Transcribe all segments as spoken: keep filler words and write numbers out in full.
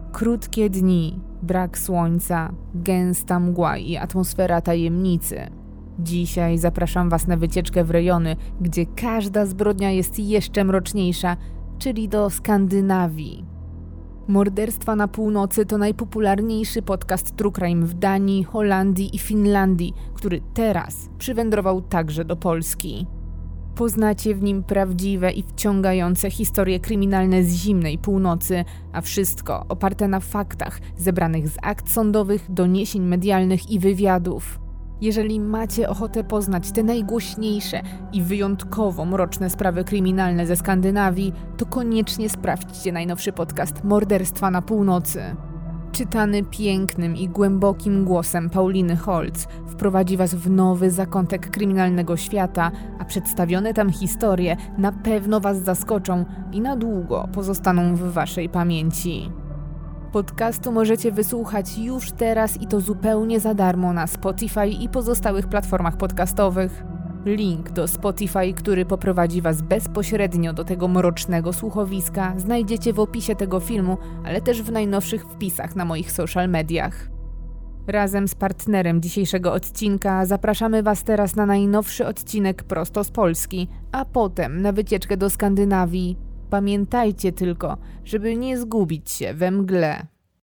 Krótkie dni, brak słońca, gęsta mgła i atmosfera tajemnicy. Dzisiaj zapraszam Was na wycieczkę w rejony, gdzie każda zbrodnia jest jeszcze mroczniejsza, czyli do Skandynawii. Morderstwa na północy to najpopularniejszy podcast True Crime w Danii, Holandii i Finlandii, który teraz przywędrował także do Polski. Poznacie w nim prawdziwe i wciągające historie kryminalne z zimnej północy, a wszystko oparte na faktach zebranych z akt sądowych, doniesień medialnych i wywiadów. Jeżeli macie ochotę poznać te najgłośniejsze i wyjątkowo mroczne sprawy kryminalne ze Skandynawii, to koniecznie sprawdźcie najnowszy podcast Morderstwa na północy. Czytany pięknym i głębokim głosem Pauliny Holz wprowadzi Was w nowy zakątek kryminalnego świata, a przedstawione tam historie na pewno Was zaskoczą i na długo pozostaną w Waszej pamięci. Podcastu możecie wysłuchać już teraz i to zupełnie za darmo na Spotify i pozostałych platformach podcastowych. Link do Spotify, który poprowadzi Was bezpośrednio do tego mrocznego słuchowiska, znajdziecie w opisie tego filmu, ale też w najnowszych wpisach na moich social mediach. Razem z partnerem dzisiejszego odcinka zapraszamy Was teraz na najnowszy odcinek prosto z Polski, a potem na wycieczkę do Skandynawii. Pamiętajcie tylko, żeby nie zgubić się we mgle.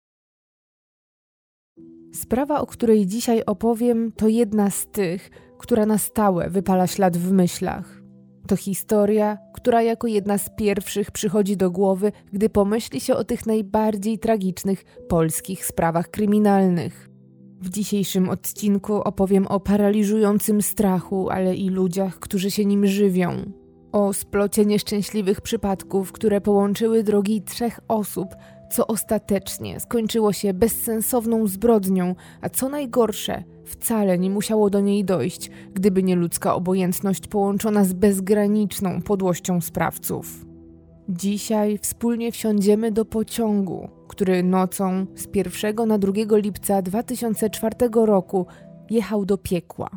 Sprawa, o której dzisiaj opowiem, to jedna z tych, która na stałe wypala ślad w myślach. To historia, która jako jedna z pierwszych przychodzi do głowy, gdy pomyśli się o tych najbardziej tragicznych polskich sprawach kryminalnych. W dzisiejszym odcinku opowiem o paraliżującym strachu, ale i ludziach, którzy się nim żywią. O splocie nieszczęśliwych przypadków, które połączyły drogi trzech osób, co ostatecznie skończyło się bezsensowną zbrodnią, a co najgorsze, wcale nie musiało do niej dojść, gdyby nie ludzka obojętność połączona z bezgraniczną podłością sprawców. Dzisiaj wspólnie wsiądziemy do pociągu, który nocą z pierwszego na drugiego lipca dwa tysiące czwartego roku jechał do piekła.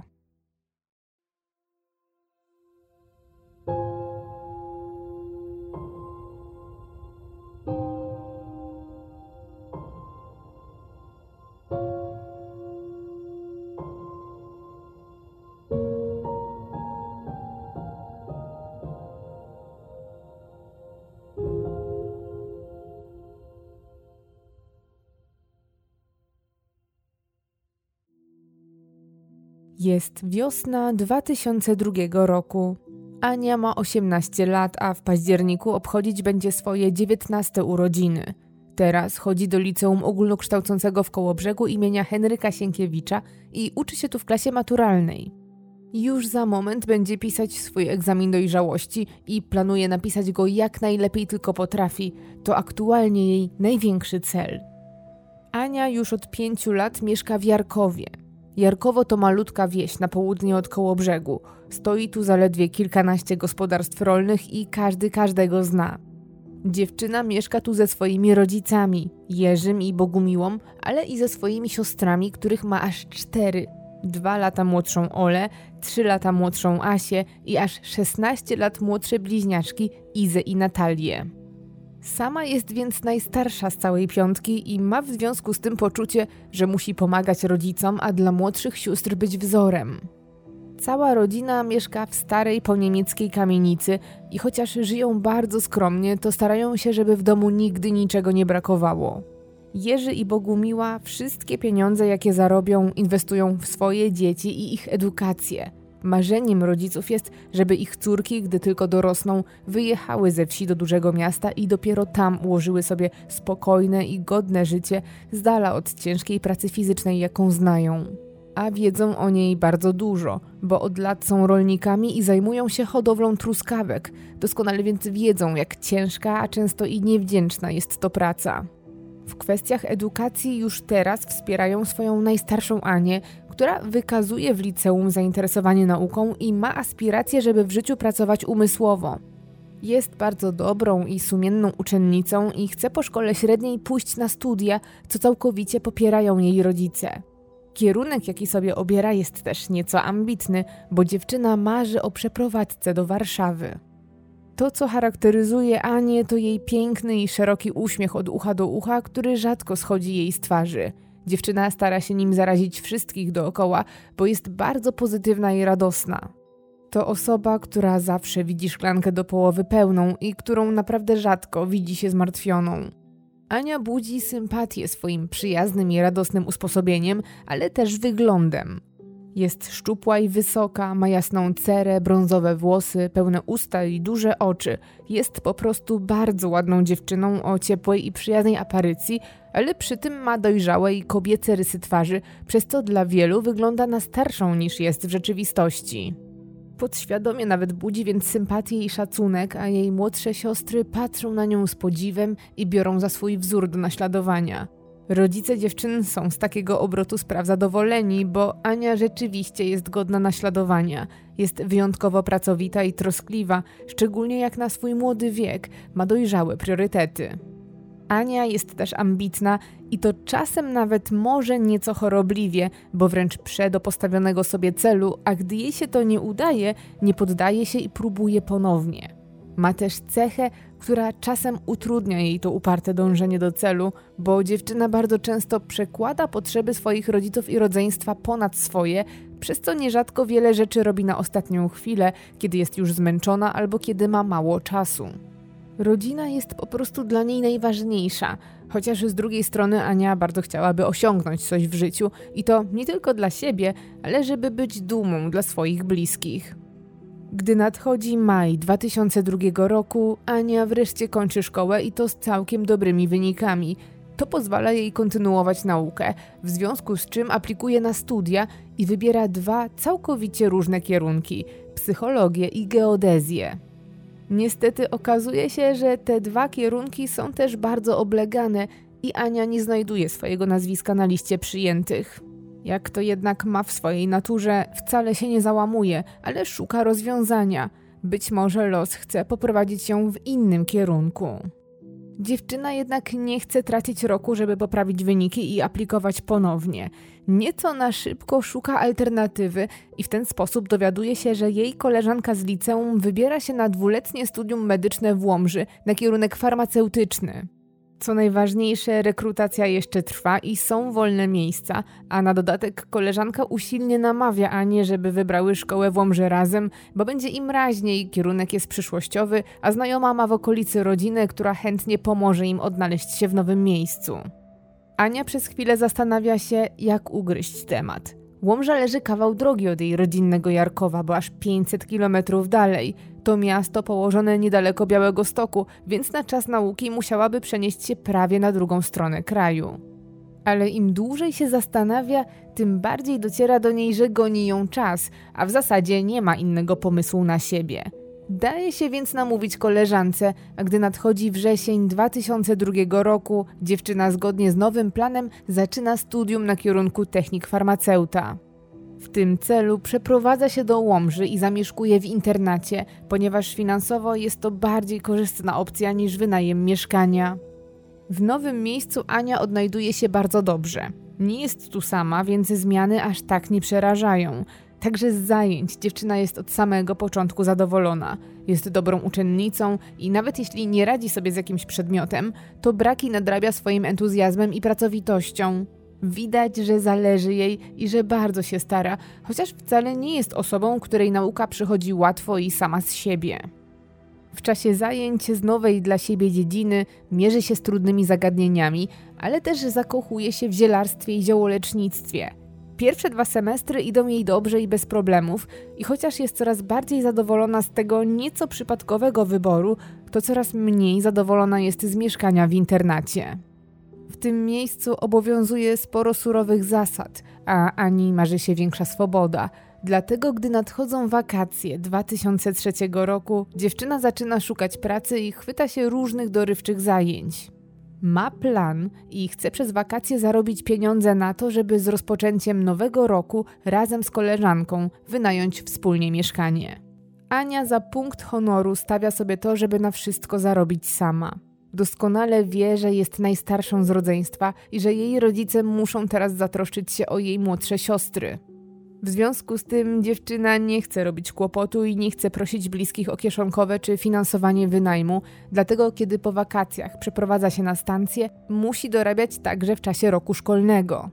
Jest wiosna dwa tysiące drugiego roku. Ania ma osiemnaście lat, a w październiku obchodzić będzie swoje dziewiętnaste urodziny. Teraz chodzi do liceum ogólnokształcącego w Kołobrzegu imienia Henryka Sienkiewicza i uczy się tu w klasie maturalnej. Już za moment będzie pisać swój egzamin dojrzałości i planuje napisać go jak najlepiej tylko potrafi. To aktualnie jej największy cel. Ania już od pięciu lat mieszka w Jarkowie. Jarkowo to malutka wieś na południe od Kołobrzegu. Stoi tu zaledwie kilkanaście gospodarstw rolnych i każdy każdego zna. Dziewczyna mieszka tu ze swoimi rodzicami, Jerzym i Bogumiłą, ale i ze swoimi siostrami, których ma aż cztery. Dwa lata młodszą Olę, trzy lata młodszą Asię i aż szesnaście lat młodsze bliźniaczki Izę i Natalię. Sama jest więc najstarsza z całej piątki i ma w związku z tym poczucie, że musi pomagać rodzicom, a dla młodszych sióstr być wzorem. Cała rodzina mieszka w starej poniemieckiej kamienicy i chociaż żyją bardzo skromnie, to starają się, żeby w domu nigdy niczego nie brakowało. Jerzy i Bogumiła wszystkie pieniądze, jakie zarobią, inwestują w swoje dzieci i ich edukację. Marzeniem rodziców jest, żeby ich córki, gdy tylko dorosną, wyjechały ze wsi do dużego miasta i dopiero tam ułożyły sobie spokojne i godne życie z dala od ciężkiej pracy fizycznej, jaką znają. A wiedzą o niej bardzo dużo, bo od lat są rolnikami i zajmują się hodowlą truskawek. Doskonale więc wiedzą, jak ciężka, a często i niewdzięczna jest to praca. W kwestiach edukacji już teraz wspierają swoją najstarszą Anię, która wykazuje w liceum zainteresowanie nauką i ma aspiracje, żeby w życiu pracować umysłowo. Jest bardzo dobrą i sumienną uczennicą i chce po szkole średniej pójść na studia, co całkowicie popierają jej rodzice. Kierunek, jaki sobie obiera, jest też nieco ambitny, bo dziewczyna marzy o przeprowadzce do Warszawy. To, co charakteryzuje Anię, to jej piękny i szeroki uśmiech od ucha do ucha, który rzadko schodzi jej z twarzy. Dziewczyna stara się nim zarazić wszystkich dookoła, bo jest bardzo pozytywna i radosna. To osoba, która zawsze widzi szklankę do połowy pełną i którą naprawdę rzadko widzi się zmartwioną. Ania budzi sympatię swoim przyjaznym i radosnym usposobieniem, ale też wyglądem. Jest szczupła i wysoka, ma jasną cerę, brązowe włosy, pełne usta i duże oczy. Jest po prostu bardzo ładną dziewczyną o ciepłej i przyjaznej aparycji, ale przy tym ma dojrzałe i kobiece rysy twarzy, przez co dla wielu wygląda na starszą niż jest w rzeczywistości. Podświadomie nawet budzi więc sympatię i szacunek, a jej młodsze siostry patrzą na nią z podziwem i biorą za swój wzór do naśladowania. Rodzice dziewczyn są z takiego obrotu spraw zadowoleni, bo Ania rzeczywiście jest godna naśladowania. Jest wyjątkowo pracowita i troskliwa, szczególnie jak na swój młody wiek, ma dojrzałe priorytety. Ania jest też ambitna i to czasem nawet może nieco chorobliwie, bo wręcz prze do postawionego sobie celu, a gdy jej się to nie udaje, nie poddaje się i próbuje ponownie. Ma też cechę, która czasem utrudnia jej to uparte dążenie do celu, bo dziewczyna bardzo często przekłada potrzeby swoich rodziców i rodzeństwa ponad swoje, przez co nierzadko wiele rzeczy robi na ostatnią chwilę, kiedy jest już zmęczona albo kiedy ma mało czasu. Rodzina jest po prostu dla niej najważniejsza, chociaż z drugiej strony Ania bardzo chciałaby osiągnąć coś w życiu i to nie tylko dla siebie, ale żeby być dumą dla swoich bliskich. Gdy nadchodzi maj dwa tysiące drugiego roku, Ania wreszcie kończy szkołę i to z całkiem dobrymi wynikami. To pozwala jej kontynuować naukę, w związku z czym aplikuje na studia i wybiera dwa całkowicie różne kierunki – psychologię i geodezję. Niestety okazuje się, że te dwa kierunki są też bardzo oblegane i Ania nie znajduje swojego nazwiska na liście przyjętych. Jak to jednak ma w swojej naturze, wcale się nie załamuje, ale szuka rozwiązania. Być może los chce poprowadzić ją w innym kierunku. Dziewczyna jednak nie chce tracić roku, żeby poprawić wyniki i aplikować ponownie. Nieco na szybko szuka alternatywy i w ten sposób dowiaduje się, że jej koleżanka z liceum wybiera się na dwuletnie studium medyczne w Łomży na kierunek farmaceutyczny. Co najważniejsze, rekrutacja jeszcze trwa i są wolne miejsca, a na dodatek koleżanka usilnie namawia Anię, żeby wybrały szkołę w Łomży razem, bo będzie im raźniej, kierunek jest przyszłościowy, a znajoma ma w okolicy rodzinę, która chętnie pomoże im odnaleźć się w nowym miejscu. Ania przez chwilę zastanawia się, jak ugryźć temat. Łomża leży kawał drogi od jej rodzinnego Jarkowa, bo aż pięćset kilometrów dalej. To miasto położone niedaleko Białegostoku, więc na czas nauki musiałaby przenieść się prawie na drugą stronę kraju. Ale im dłużej się zastanawia, tym bardziej dociera do niej, że goni ją czas, a w zasadzie nie ma innego pomysłu na siebie. Daje się więc namówić koleżance, a gdy nadchodzi wrzesień dwa tysiące drugiego roku, dziewczyna zgodnie z nowym planem zaczyna studium na kierunku technik farmaceuta. W tym celu przeprowadza się do Łomży i zamieszkuje w internacie, ponieważ finansowo jest to bardziej korzystna opcja niż wynajem mieszkania. W nowym miejscu Ania odnajduje się bardzo dobrze. Nie jest tu sama, więc zmiany aż tak nie przerażają. Także z zajęć dziewczyna jest od samego początku zadowolona. Jest dobrą uczennicą i nawet jeśli nie radzi sobie z jakimś przedmiotem, to braki nadrabia swoim entuzjazmem i pracowitością. Widać, że zależy jej i że bardzo się stara, chociaż wcale nie jest osobą, której nauka przychodzi łatwo i sama z siebie. W czasie zajęć z nowej dla siebie dziedziny mierzy się z trudnymi zagadnieniami, ale też zakochuje się w zielarstwie i ziołolecznictwie. Pierwsze dwa semestry idą jej dobrze i bez problemów i chociaż jest coraz bardziej zadowolona z tego nieco przypadkowego wyboru, to coraz mniej zadowolona jest z mieszkania w internacie. W tym miejscu obowiązuje sporo surowych zasad, a Ani marzy się większa swoboda. Dlatego gdy nadchodzą wakacje dwa tysiące trzeciego roku, dziewczyna zaczyna szukać pracy i chwyta się różnych dorywczych zajęć. Ma plan i chce przez wakacje zarobić pieniądze na to, żeby z rozpoczęciem nowego roku razem z koleżanką wynająć wspólnie mieszkanie. Ania za punkt honoru stawia sobie to, żeby na wszystko zarobić sama. Doskonale wie, że jest najstarszą z rodzeństwa i że jej rodzice muszą teraz zatroszczyć się o jej młodsze siostry. W związku z tym dziewczyna nie chce robić kłopotu i nie chce prosić bliskich o kieszonkowe czy finansowanie wynajmu, dlatego kiedy po wakacjach przeprowadza się na stację, musi dorabiać także w czasie roku szkolnego.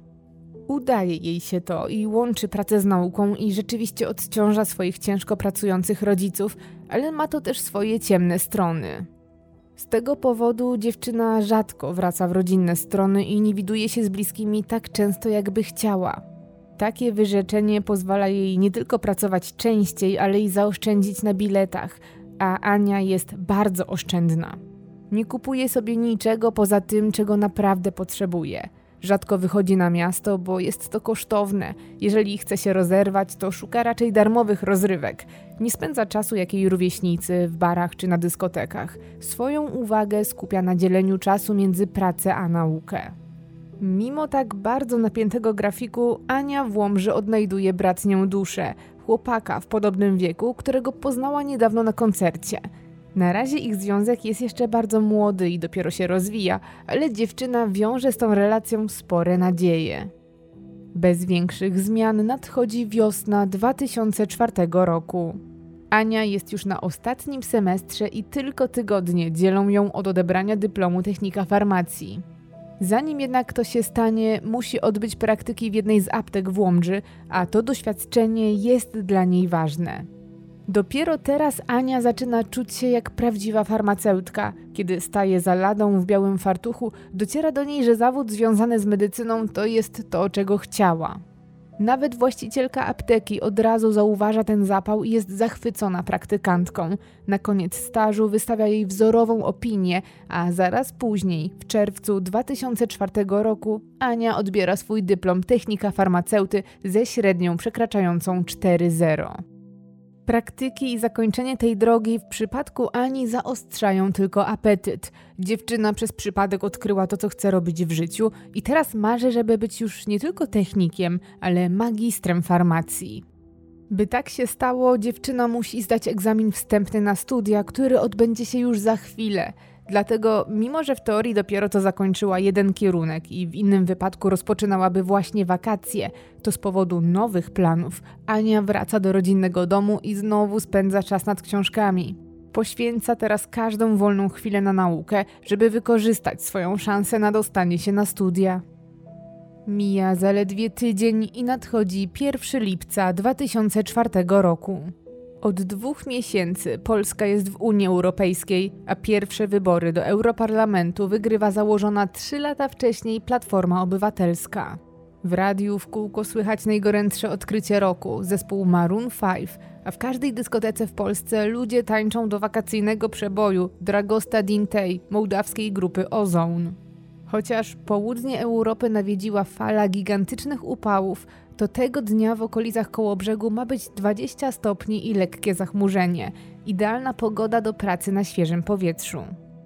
Udaje jej się to i łączy pracę z nauką i rzeczywiście odciąża swoich ciężko pracujących rodziców, ale ma to też swoje ciemne strony. Z tego powodu dziewczyna rzadko wraca w rodzinne strony i nie widuje się z bliskimi tak często, jakby chciała. Takie wyrzeczenie pozwala jej nie tylko pracować częściej, ale i zaoszczędzić na biletach, a Ania jest bardzo oszczędna. Nie kupuje sobie niczego poza tym, czego naprawdę potrzebuje. Rzadko wychodzi na miasto, bo jest to kosztowne. Jeżeli chce się rozerwać, to szuka raczej darmowych rozrywek. Nie spędza czasu jak jej rówieśnicy w barach czy na dyskotekach. Swoją uwagę skupia na dzieleniu czasu między pracę a naukę. Mimo tak bardzo napiętego grafiku, Ania w Łomży odnajduje bratnią duszę, chłopaka w podobnym wieku, którego poznała niedawno na koncercie. Na razie ich związek jest jeszcze bardzo młody i dopiero się rozwija, ale dziewczyna wiąże z tą relacją spore nadzieje. Bez większych zmian nadchodzi wiosna dwa tysiące czwartego roku. Ania jest już na ostatnim semestrze i tylko tygodnie dzielą ją od odebrania dyplomu technika farmacji. Zanim jednak to się stanie, musi odbyć praktyki w jednej z aptek w Łomży, a to doświadczenie jest dla niej ważne. Dopiero teraz Ania zaczyna czuć się jak prawdziwa farmaceutka. Kiedy staje za ladą w białym fartuchu, dociera do niej, że zawód związany z medycyną to jest to, czego chciała. Nawet właścicielka apteki od razu zauważa ten zapał i jest zachwycona praktykantką. Na koniec stażu wystawia jej wzorową opinię, a zaraz później, w czerwcu dwa tysiące czwartego roku, Ania odbiera swój dyplom technika farmaceuty ze średnią przekraczającą cztery zero. Praktyki i zakończenie tej drogi w przypadku Ani zaostrzają tylko apetyt. Dziewczyna przez przypadek odkryła to, co chce robić w życiu i teraz marzy, żeby być już nie tylko technikiem, ale magistrem farmacji. By tak się stało, dziewczyna musi zdać egzamin wstępny na studia, który odbędzie się już za chwilę. Dlatego, mimo że w teorii dopiero to zakończyła jeden kierunek i w innym wypadku rozpoczynałaby właśnie wakacje, to z powodu nowych planów Ania wraca do rodzinnego domu i znowu spędza czas nad książkami. Poświęca teraz każdą wolną chwilę na naukę, żeby wykorzystać swoją szansę na dostanie się na studia. Mija zaledwie tydzień i nadchodzi pierwszego lipca dwa tysiące czwartego roku. Od dwóch miesięcy Polska jest w Unii Europejskiej, a pierwsze wybory do Europarlamentu wygrywa założona trzy lata wcześniej Platforma Obywatelska. W radiu w kółko słychać najgorętsze odkrycie roku, zespół Maroon pięć, a w każdej dyskotece w Polsce ludzie tańczą do wakacyjnego przeboju Dragosta Dintej, mołdawskiej grupy Ozone. Chociaż południe Europy nawiedziła fala gigantycznych upałów, to tego dnia w okolicach Kołobrzegu ma być dwadzieścia stopni i lekkie zachmurzenie. Idealna pogoda do pracy na świeżym powietrzu.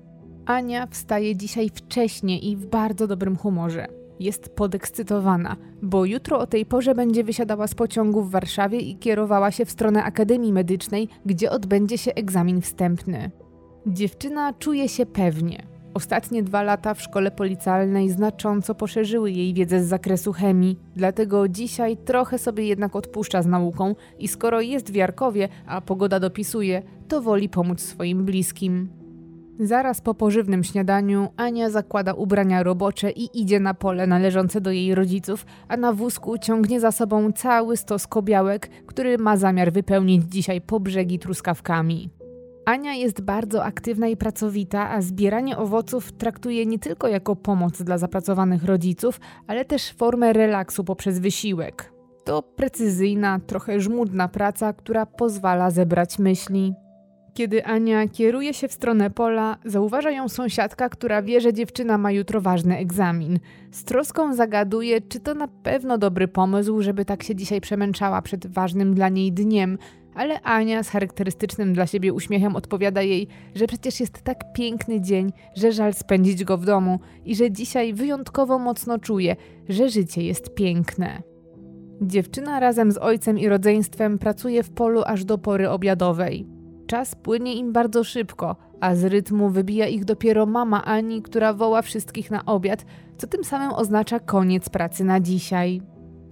Ania wstaje dzisiaj wcześnie i w bardzo dobrym humorze. Jest podekscytowana, bo jutro o tej porze będzie wysiadała z pociągu w Warszawie i kierowała się w stronę Akademii Medycznej, gdzie odbędzie się egzamin wstępny. Dziewczyna czuje się pewnie. Ostatnie dwa lata w szkole policjalnej znacząco poszerzyły jej wiedzę z zakresu chemii, dlatego dzisiaj trochę sobie jednak odpuszcza z nauką i skoro jest w Jarkowie, a pogoda dopisuje, to woli pomóc swoim bliskim. Zaraz po pożywnym śniadaniu Ania zakłada ubrania robocze i idzie na pole należące do jej rodziców, a na wózku ciągnie za sobą cały stos kobiałek, który ma zamiar wypełnić dzisiaj po brzegi truskawkami. Ania jest bardzo aktywna i pracowita, a zbieranie owoców traktuje nie tylko jako pomoc dla zapracowanych rodziców, ale też formę relaksu poprzez wysiłek. To precyzyjna, trochę żmudna praca, która pozwala zebrać myśli. Kiedy Ania kieruje się w stronę pola, zauważa ją sąsiadka, która wie, że dziewczyna ma jutro ważny egzamin. Z troską zagaduje, czy to na pewno dobry pomysł, żeby tak się dzisiaj przemęczała przed ważnym dla niej dniem, ale Ania z charakterystycznym dla siebie uśmiechem odpowiada jej, że przecież jest tak piękny dzień, że żal spędzić go w domu i że dzisiaj wyjątkowo mocno czuje, że życie jest piękne. Dziewczyna razem z ojcem i rodzeństwem pracuje w polu aż do pory obiadowej. Czas płynie im bardzo szybko, a z rytmu wybija ich dopiero mama Ani, która woła wszystkich na obiad, co tym samym oznacza koniec pracy na dzisiaj.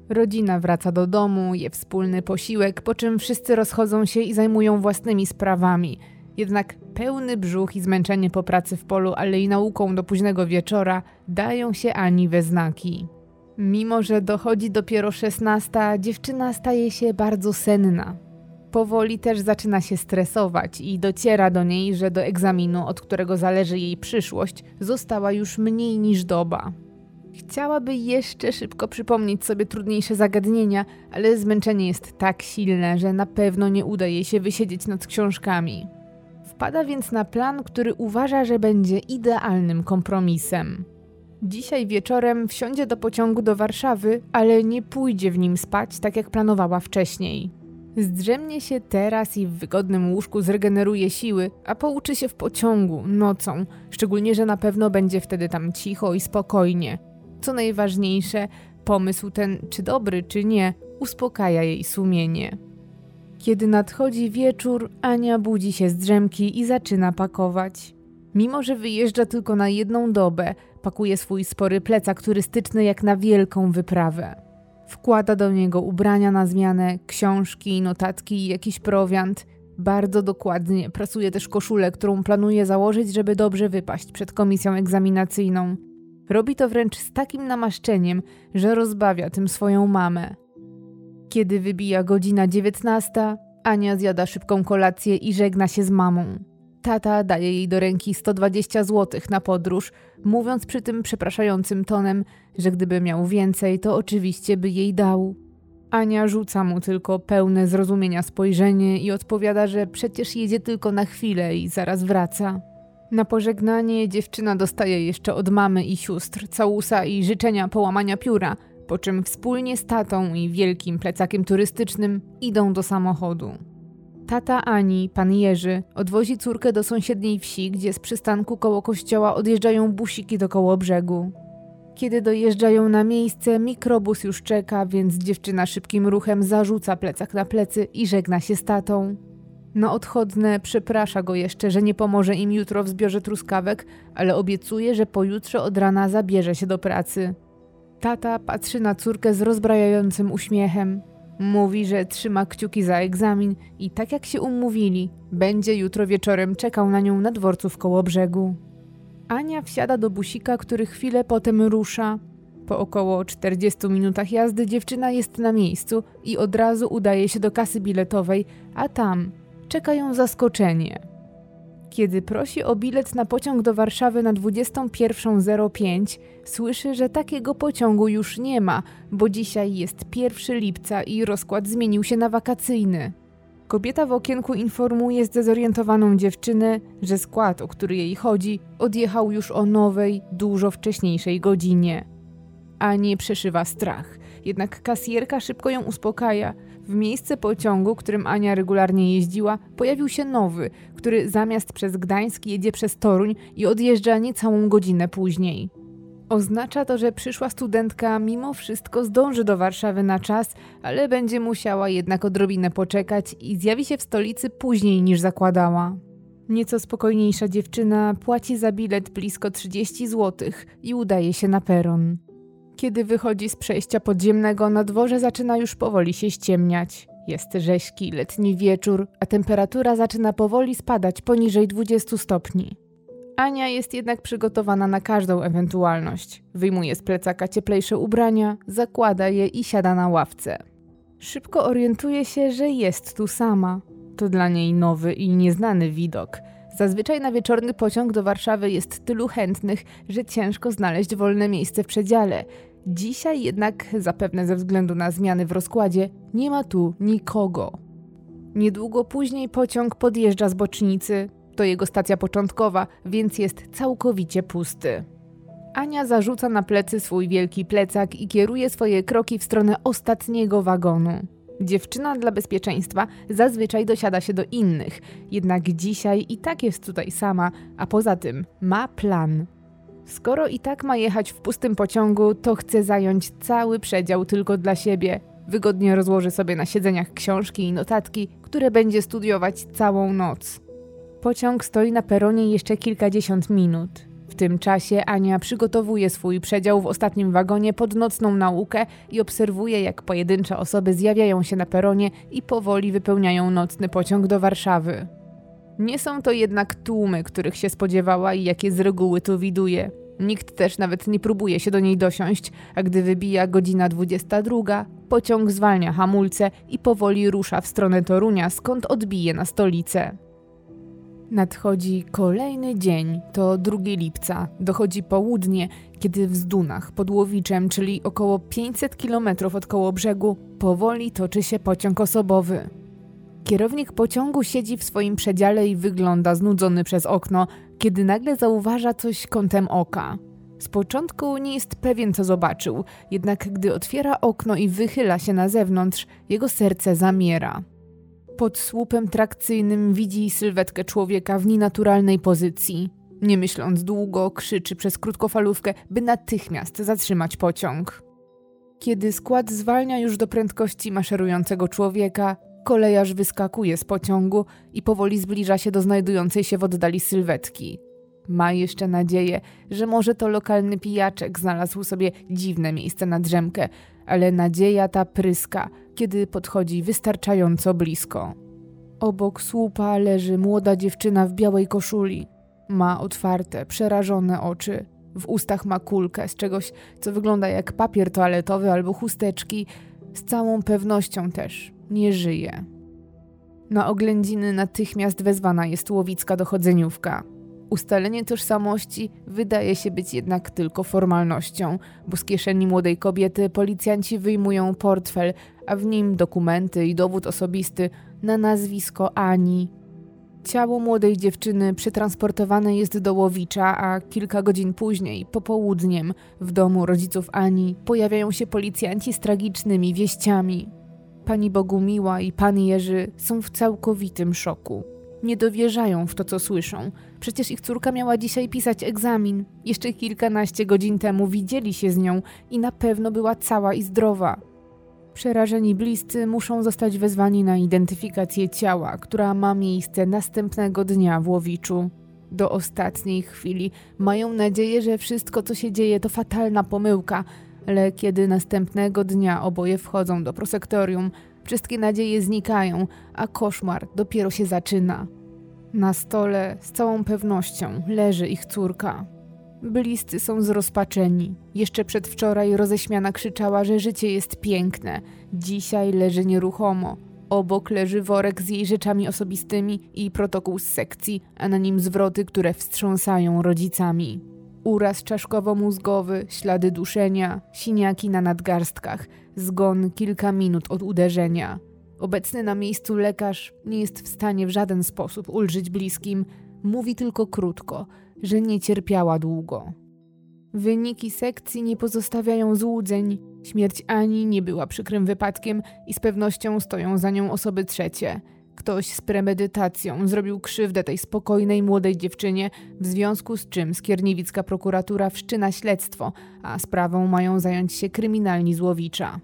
Rodzina wraca do domu, je wspólny posiłek, po czym wszyscy rozchodzą się i zajmują własnymi sprawami. Jednak pełny brzuch i zmęczenie po pracy w polu, ale i nauką do późnego wieczora dają się Ani we znaki. Mimo że dochodzi dopiero szesnasta, dziewczyna staje się bardzo senna. Powoli też zaczyna się stresować i dociera do niej, że do egzaminu, od którego zależy jej przyszłość, została już mniej niż doba. Chciałaby jeszcze szybko przypomnieć sobie trudniejsze zagadnienia, ale zmęczenie jest tak silne, że na pewno nie uda jej się wysiedzieć nad książkami. Wpada więc na plan, który uważa, że będzie idealnym kompromisem. Dzisiaj wieczorem wsiądzie do pociągu do Warszawy, ale nie pójdzie w nim spać, tak jak planowała wcześniej. Zdrzemnie się teraz i w wygodnym łóżku zregeneruje siły, a pouczy się w pociągu, nocą, szczególnie, że na pewno będzie wtedy tam cicho i spokojnie. Co najważniejsze, pomysł ten, czy dobry, czy nie, uspokaja jej sumienie. Kiedy nadchodzi wieczór, Ania budzi się z drzemki i zaczyna pakować. Mimo że wyjeżdża tylko na jedną dobę, pakuje swój spory plecak turystyczny jak na wielką wyprawę. Wkłada do niego ubrania na zmianę, książki, notatki i jakiś prowiant. Bardzo dokładnie prasuje też koszulę, którą planuje założyć, żeby dobrze wypaść przed komisją egzaminacyjną. Robi to wręcz z takim namaszczeniem, że rozbawia tym swoją mamę. Kiedy wybija godzina dziewiętnasta, Ania zjada szybką kolację i żegna się z mamą. Tata daje jej do ręki sto dwadzieścia złotych na podróż, mówiąc przy tym przepraszającym tonem, że gdyby miał więcej, to oczywiście by jej dał. Ania rzuca mu tylko pełne zrozumienia spojrzenie i odpowiada, że przecież jedzie tylko na chwilę i zaraz wraca. Na pożegnanie dziewczyna dostaje jeszcze od mamy i sióstr całusa i życzenia połamania pióra, po czym wspólnie z tatą i wielkim plecakiem turystycznym idą do samochodu. Tata Ani, pan Jerzy, odwozi córkę do sąsiedniej wsi, gdzie z przystanku koło kościoła odjeżdżają busiki do Kołobrzegu. Kiedy dojeżdżają na miejsce, mikrobus już czeka, więc dziewczyna szybkim ruchem zarzuca plecak na plecy i żegna się z tatą. Na odchodne przeprasza go jeszcze, że nie pomoże im jutro w zbiorze truskawek, ale obiecuje, że pojutrze od rana zabierze się do pracy. Tata patrzy na córkę z rozbrajającym uśmiechem. Mówi, że trzyma kciuki za egzamin i tak jak się umówili, będzie jutro wieczorem czekał na nią na dworcu w Kołobrzegu. Ania wsiada do busika, który chwilę potem rusza. Po około czterdziestu minutach jazdy dziewczyna jest na miejscu i od razu udaje się do kasy biletowej, a tam czeka ją zaskoczenie. Kiedy prosi o bilet na pociąg do Warszawy na dwudziestą pierwszą zero pięć, słyszy, że takiego pociągu już nie ma, bo dzisiaj jest pierwszego lipca i rozkład zmienił się na wakacyjny. Kobieta w okienku informuje zdezorientowaną dziewczynę, że skład, o który jej chodzi, odjechał już o nowej, dużo wcześniejszej godzinie. Anię przeszywa strach, jednak kasjerka szybko ją uspokaja. W miejsce pociągu, którym Ania regularnie jeździła, pojawił się nowy, który zamiast przez Gdańsk jedzie przez Toruń i odjeżdża niecałą godzinę później. Oznacza to, że przyszła studentka mimo wszystko zdąży do Warszawy na czas, ale będzie musiała jednak odrobinę poczekać i zjawi się w stolicy później niż zakładała. Nieco spokojniejsza dziewczyna płaci za bilet blisko trzydzieści złotych i udaje się na peron. Kiedy wychodzi z przejścia podziemnego, na dworze zaczyna już powoli się ściemniać. Jest rześki letni wieczór, a temperatura zaczyna powoli spadać poniżej dwudziestu stopni. Ania jest jednak przygotowana na każdą ewentualność. Wyjmuje z plecaka cieplejsze ubrania, zakłada je i siada na ławce. Szybko orientuje się, że jest tu sama. To dla niej nowy i nieznany widok. Zazwyczaj na wieczorny pociąg do Warszawy jest tylu chętnych, że ciężko znaleźć wolne miejsce w przedziale. Dzisiaj jednak, zapewne ze względu na zmiany w rozkładzie, nie ma tu nikogo. Niedługo później pociąg podjeżdża z bocznicy. To jego stacja początkowa, więc jest całkowicie pusty. Ania zarzuca na plecy swój wielki plecak i kieruje swoje kroki w stronę ostatniego wagonu. Dziewczyna dla bezpieczeństwa zazwyczaj dosiada się do innych, jednak dzisiaj i tak jest tutaj sama, a poza tym ma plan. Skoro i tak ma jechać w pustym pociągu, to chce zająć cały przedział tylko dla siebie. Wygodnie rozłoży sobie na siedzeniach książki i notatki, które będzie studiować całą noc. Pociąg stoi na peronie jeszcze kilkadziesiąt minut. W tym czasie Ania przygotowuje swój przedział w ostatnim wagonie pod nocną naukę i obserwuje, jak pojedyncze osoby zjawiają się na peronie i powoli wypełniają nocny pociąg do Warszawy. Nie są to jednak tłumy, których się spodziewała i jakie z reguły tu widuje. Nikt też nawet nie próbuje się do niej dosiąść, a gdy wybija godzina dwudziesta druga, pociąg zwalnia hamulce i powoli rusza w stronę Torunia, skąd odbije na stolicę. Nadchodzi kolejny dzień, to drugiego lipca. Dochodzi południe, kiedy w Zdunach pod Łowiczem, czyli około pięćset kilometrów od Kołobrzegu, powoli toczy się pociąg osobowy. Kierownik pociągu siedzi w swoim przedziale i wygląda znudzony przez okno, kiedy nagle zauważa coś kątem oka. Z początku nie jest pewien, co zobaczył, jednak gdy otwiera okno i wychyla się na zewnątrz, jego serce zamiera. Pod słupem trakcyjnym widzi sylwetkę człowieka w nienaturalnej pozycji. Nie myśląc długo, krzyczy przez krótkofalówkę, by natychmiast zatrzymać pociąg. Kiedy skład zwalnia już do prędkości maszerującego człowieka, kolejarz wyskakuje z pociągu i powoli zbliża się do znajdującej się w oddali sylwetki. Ma jeszcze nadzieję, że może to lokalny pijaczek znalazł sobie dziwne miejsce na drzemkę, ale nadzieja ta pryska, kiedy podchodzi wystarczająco blisko. Obok słupa leży młoda dziewczyna w białej koszuli. Ma otwarte, przerażone oczy. W ustach ma kulkę z czegoś, co wygląda jak papier toaletowy albo chusteczki. Z całą pewnością też nie żyje. Na oględziny natychmiast wezwana jest łowicka dochodzeniówka. Ustalenie tożsamości wydaje się być jednak tylko formalnością, bo z kieszeni młodej kobiety policjanci wyjmują portfel, a w nim dokumenty i dowód osobisty na nazwisko Ani. Ciało młodej dziewczyny przetransportowane jest do Łowicza, a kilka godzin później, popołudniem, w domu rodziców Ani pojawiają się policjanci z tragicznymi wieściami. Pani Bogumiła i pan Jerzy są w całkowitym szoku. Nie dowierzają w to, co słyszą. Przecież ich córka miała dzisiaj pisać egzamin. Jeszcze kilkanaście godzin temu widzieli się z nią i na pewno była cała i zdrowa. Przerażeni bliscy muszą zostać wezwani na identyfikację ciała, która ma miejsce następnego dnia w Łowiczu. Do ostatniej chwili mają nadzieję, że wszystko, co się dzieje, to fatalna pomyłka, ale kiedy następnego dnia oboje wchodzą do prosektorium, wszystkie nadzieje znikają, a koszmar dopiero się zaczyna. Na stole z całą pewnością leży ich córka. Bliscy są zrozpaczeni. Jeszcze przedwczoraj roześmiana krzyczała, że życie jest piękne. Dzisiaj leży nieruchomo. Obok leży worek z jej rzeczami osobistymi i protokół z sekcji, a na nim zwroty, które wstrząsają rodzicami. Uraz czaszkowo-mózgowy, ślady duszenia, siniaki na nadgarstkach, zgon kilka minut od uderzenia. Obecny na miejscu lekarz nie jest w stanie w żaden sposób ulżyć bliskim, mówi tylko krótko, że nie cierpiała długo. Wyniki sekcji nie pozostawiają złudzeń. Śmierć Ani nie była przykrym wypadkiem i z pewnością stoją za nią osoby trzecie. Ktoś z premedytacją zrobił krzywdę tej spokojnej młodej dziewczynie, w związku z czym skierniewicka prokuratura wszczyna śledztwo, a sprawą mają zająć się kryminalni z Łowicza.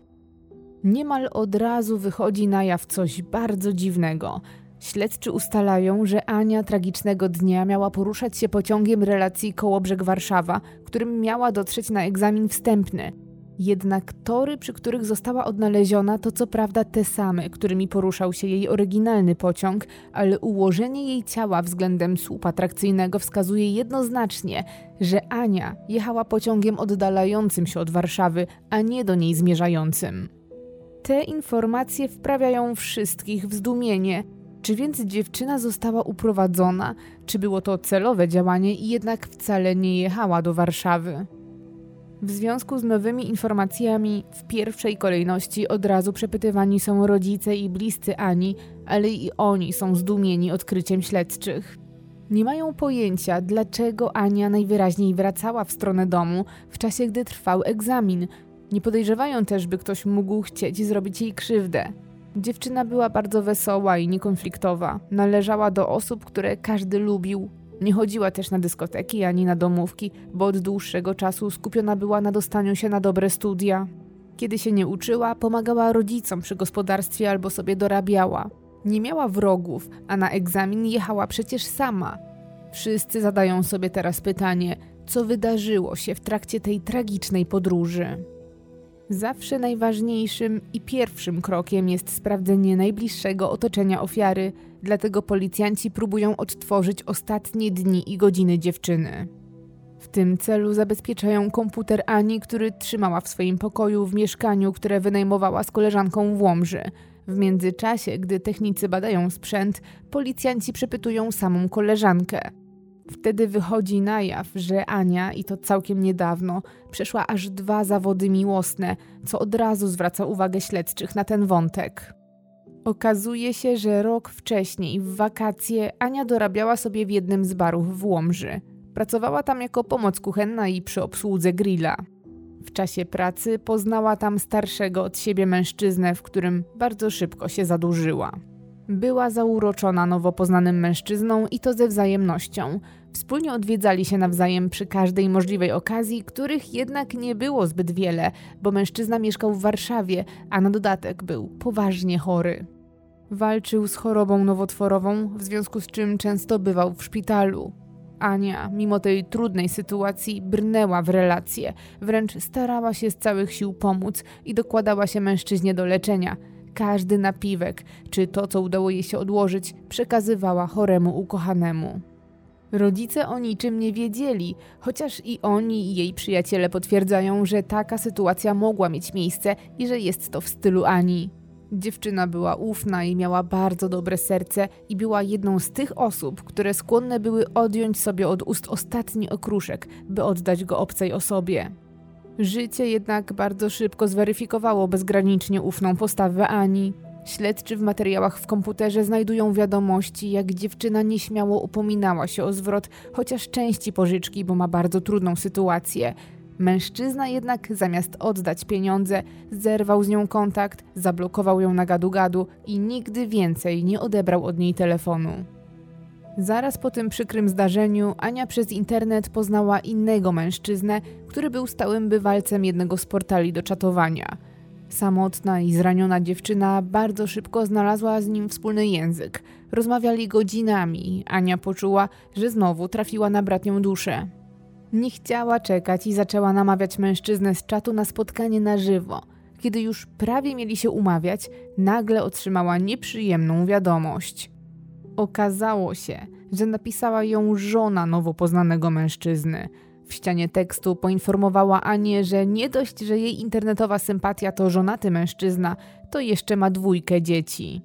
Niemal od razu wychodzi na jaw coś bardzo dziwnego. Śledczy ustalają, że Ania tragicznego dnia miała poruszać się pociągiem relacji Kołobrzeg-Warszawa, którym miała dotrzeć na egzamin wstępny. Jednak tory, przy których została odnaleziona, to co prawda te same, którymi poruszał się jej oryginalny pociąg, ale ułożenie jej ciała względem słupa trakcyjnego wskazuje jednoznacznie, że Ania jechała pociągiem oddalającym się od Warszawy, a nie do niej zmierzającym. Te informacje wprawiają wszystkich w zdumienie. Czy więc dziewczyna została uprowadzona, czy było to celowe działanie i jednak wcale nie jechała do Warszawy? W związku z nowymi informacjami w pierwszej kolejności od razu przepytywani są rodzice i bliscy Ani, ale i oni są zdumieni odkryciem śledczych. Nie mają pojęcia, dlaczego Ania najwyraźniej wracała w stronę domu w czasie, gdy trwał egzamin. Nie podejrzewają też, by ktoś mógł chcieć zrobić jej krzywdę. Dziewczyna była bardzo wesoła i niekonfliktowa. Należała do osób, które każdy lubił. Nie chodziła też na dyskoteki ani na domówki, bo od dłuższego czasu skupiona była na dostaniu się na dobre studia. Kiedy się nie uczyła, pomagała rodzicom przy gospodarstwie albo sobie dorabiała. Nie miała wrogów, a na egzamin jechała przecież sama. Wszyscy zadają sobie teraz pytanie, co wydarzyło się w trakcie tej tragicznej podróży. Zawsze najważniejszym i pierwszym krokiem jest sprawdzenie najbliższego otoczenia ofiary, dlatego policjanci próbują odtworzyć ostatnie dni i godziny dziewczyny. W tym celu zabezpieczają komputer Ani, który trzymała w swoim pokoju w mieszkaniu, które wynajmowała z koleżanką w Łomży. W międzyczasie, gdy technicy badają sprzęt, policjanci przepytują samą koleżankę. Wtedy wychodzi na jaw, że Ania, i to całkiem niedawno, przeszła aż dwa zawody miłosne, co od razu zwraca uwagę śledczych na ten wątek. Okazuje się, że rok wcześniej, w wakacje, Ania dorabiała sobie w jednym z barów w Łomży. Pracowała tam jako pomoc kuchenna i przy obsłudze grilla. W czasie pracy poznała tam starszego od siebie mężczyznę, w którym bardzo szybko się zadłużyła. Była zauroczona nowo poznanym mężczyzną i to ze wzajemnością. Wspólnie odwiedzali się nawzajem przy każdej możliwej okazji, których jednak nie było zbyt wiele, bo mężczyzna mieszkał w Warszawie, a na dodatek był poważnie chory. Walczył z chorobą nowotworową, w związku z czym często bywał w szpitalu. Ania, mimo tej trudnej sytuacji, brnęła w relacje, wręcz starała się z całych sił pomóc i dokładała się mężczyźnie do leczenia. Każdy napiwek, czy to, co udało jej się odłożyć, przekazywała choremu ukochanemu. Rodzice o niczym nie wiedzieli, chociaż i oni i jej przyjaciele potwierdzają, że taka sytuacja mogła mieć miejsce i że jest to w stylu Ani. Dziewczyna była ufna i miała bardzo dobre serce i była jedną z tych osób, które skłonne były odjąć sobie od ust ostatni okruszek, by oddać go obcej osobie. Życie jednak bardzo szybko zweryfikowało bezgranicznie ufną postawę Ani. Śledczy w materiałach w komputerze znajdują wiadomości, jak dziewczyna nieśmiało upominała się o zwrot chociaż części pożyczki, bo ma bardzo trudną sytuację. Mężczyzna jednak zamiast oddać pieniądze, zerwał z nią kontakt, zablokował ją na gadu-gadu i nigdy więcej nie odebrał od niej telefonu. Zaraz po tym przykrym zdarzeniu Ania przez internet poznała innego mężczyznę, który był stałym bywalcem jednego z portali do czatowania. Samotna i zraniona dziewczyna bardzo szybko znalazła z nim wspólny język. Rozmawiali godzinami. Ania poczuła, że znowu trafiła na bratnią duszę. Nie chciała czekać i zaczęła namawiać mężczyznę z czatu na spotkanie na żywo. Kiedy już prawie mieli się umawiać, nagle otrzymała nieprzyjemną wiadomość. Okazało się, że napisała ją żona nowo poznanego mężczyzny. W ścianie tekstu poinformowała Anię, że nie dość, że jej internetowa sympatia to żonaty mężczyzna, to jeszcze ma dwójkę dzieci.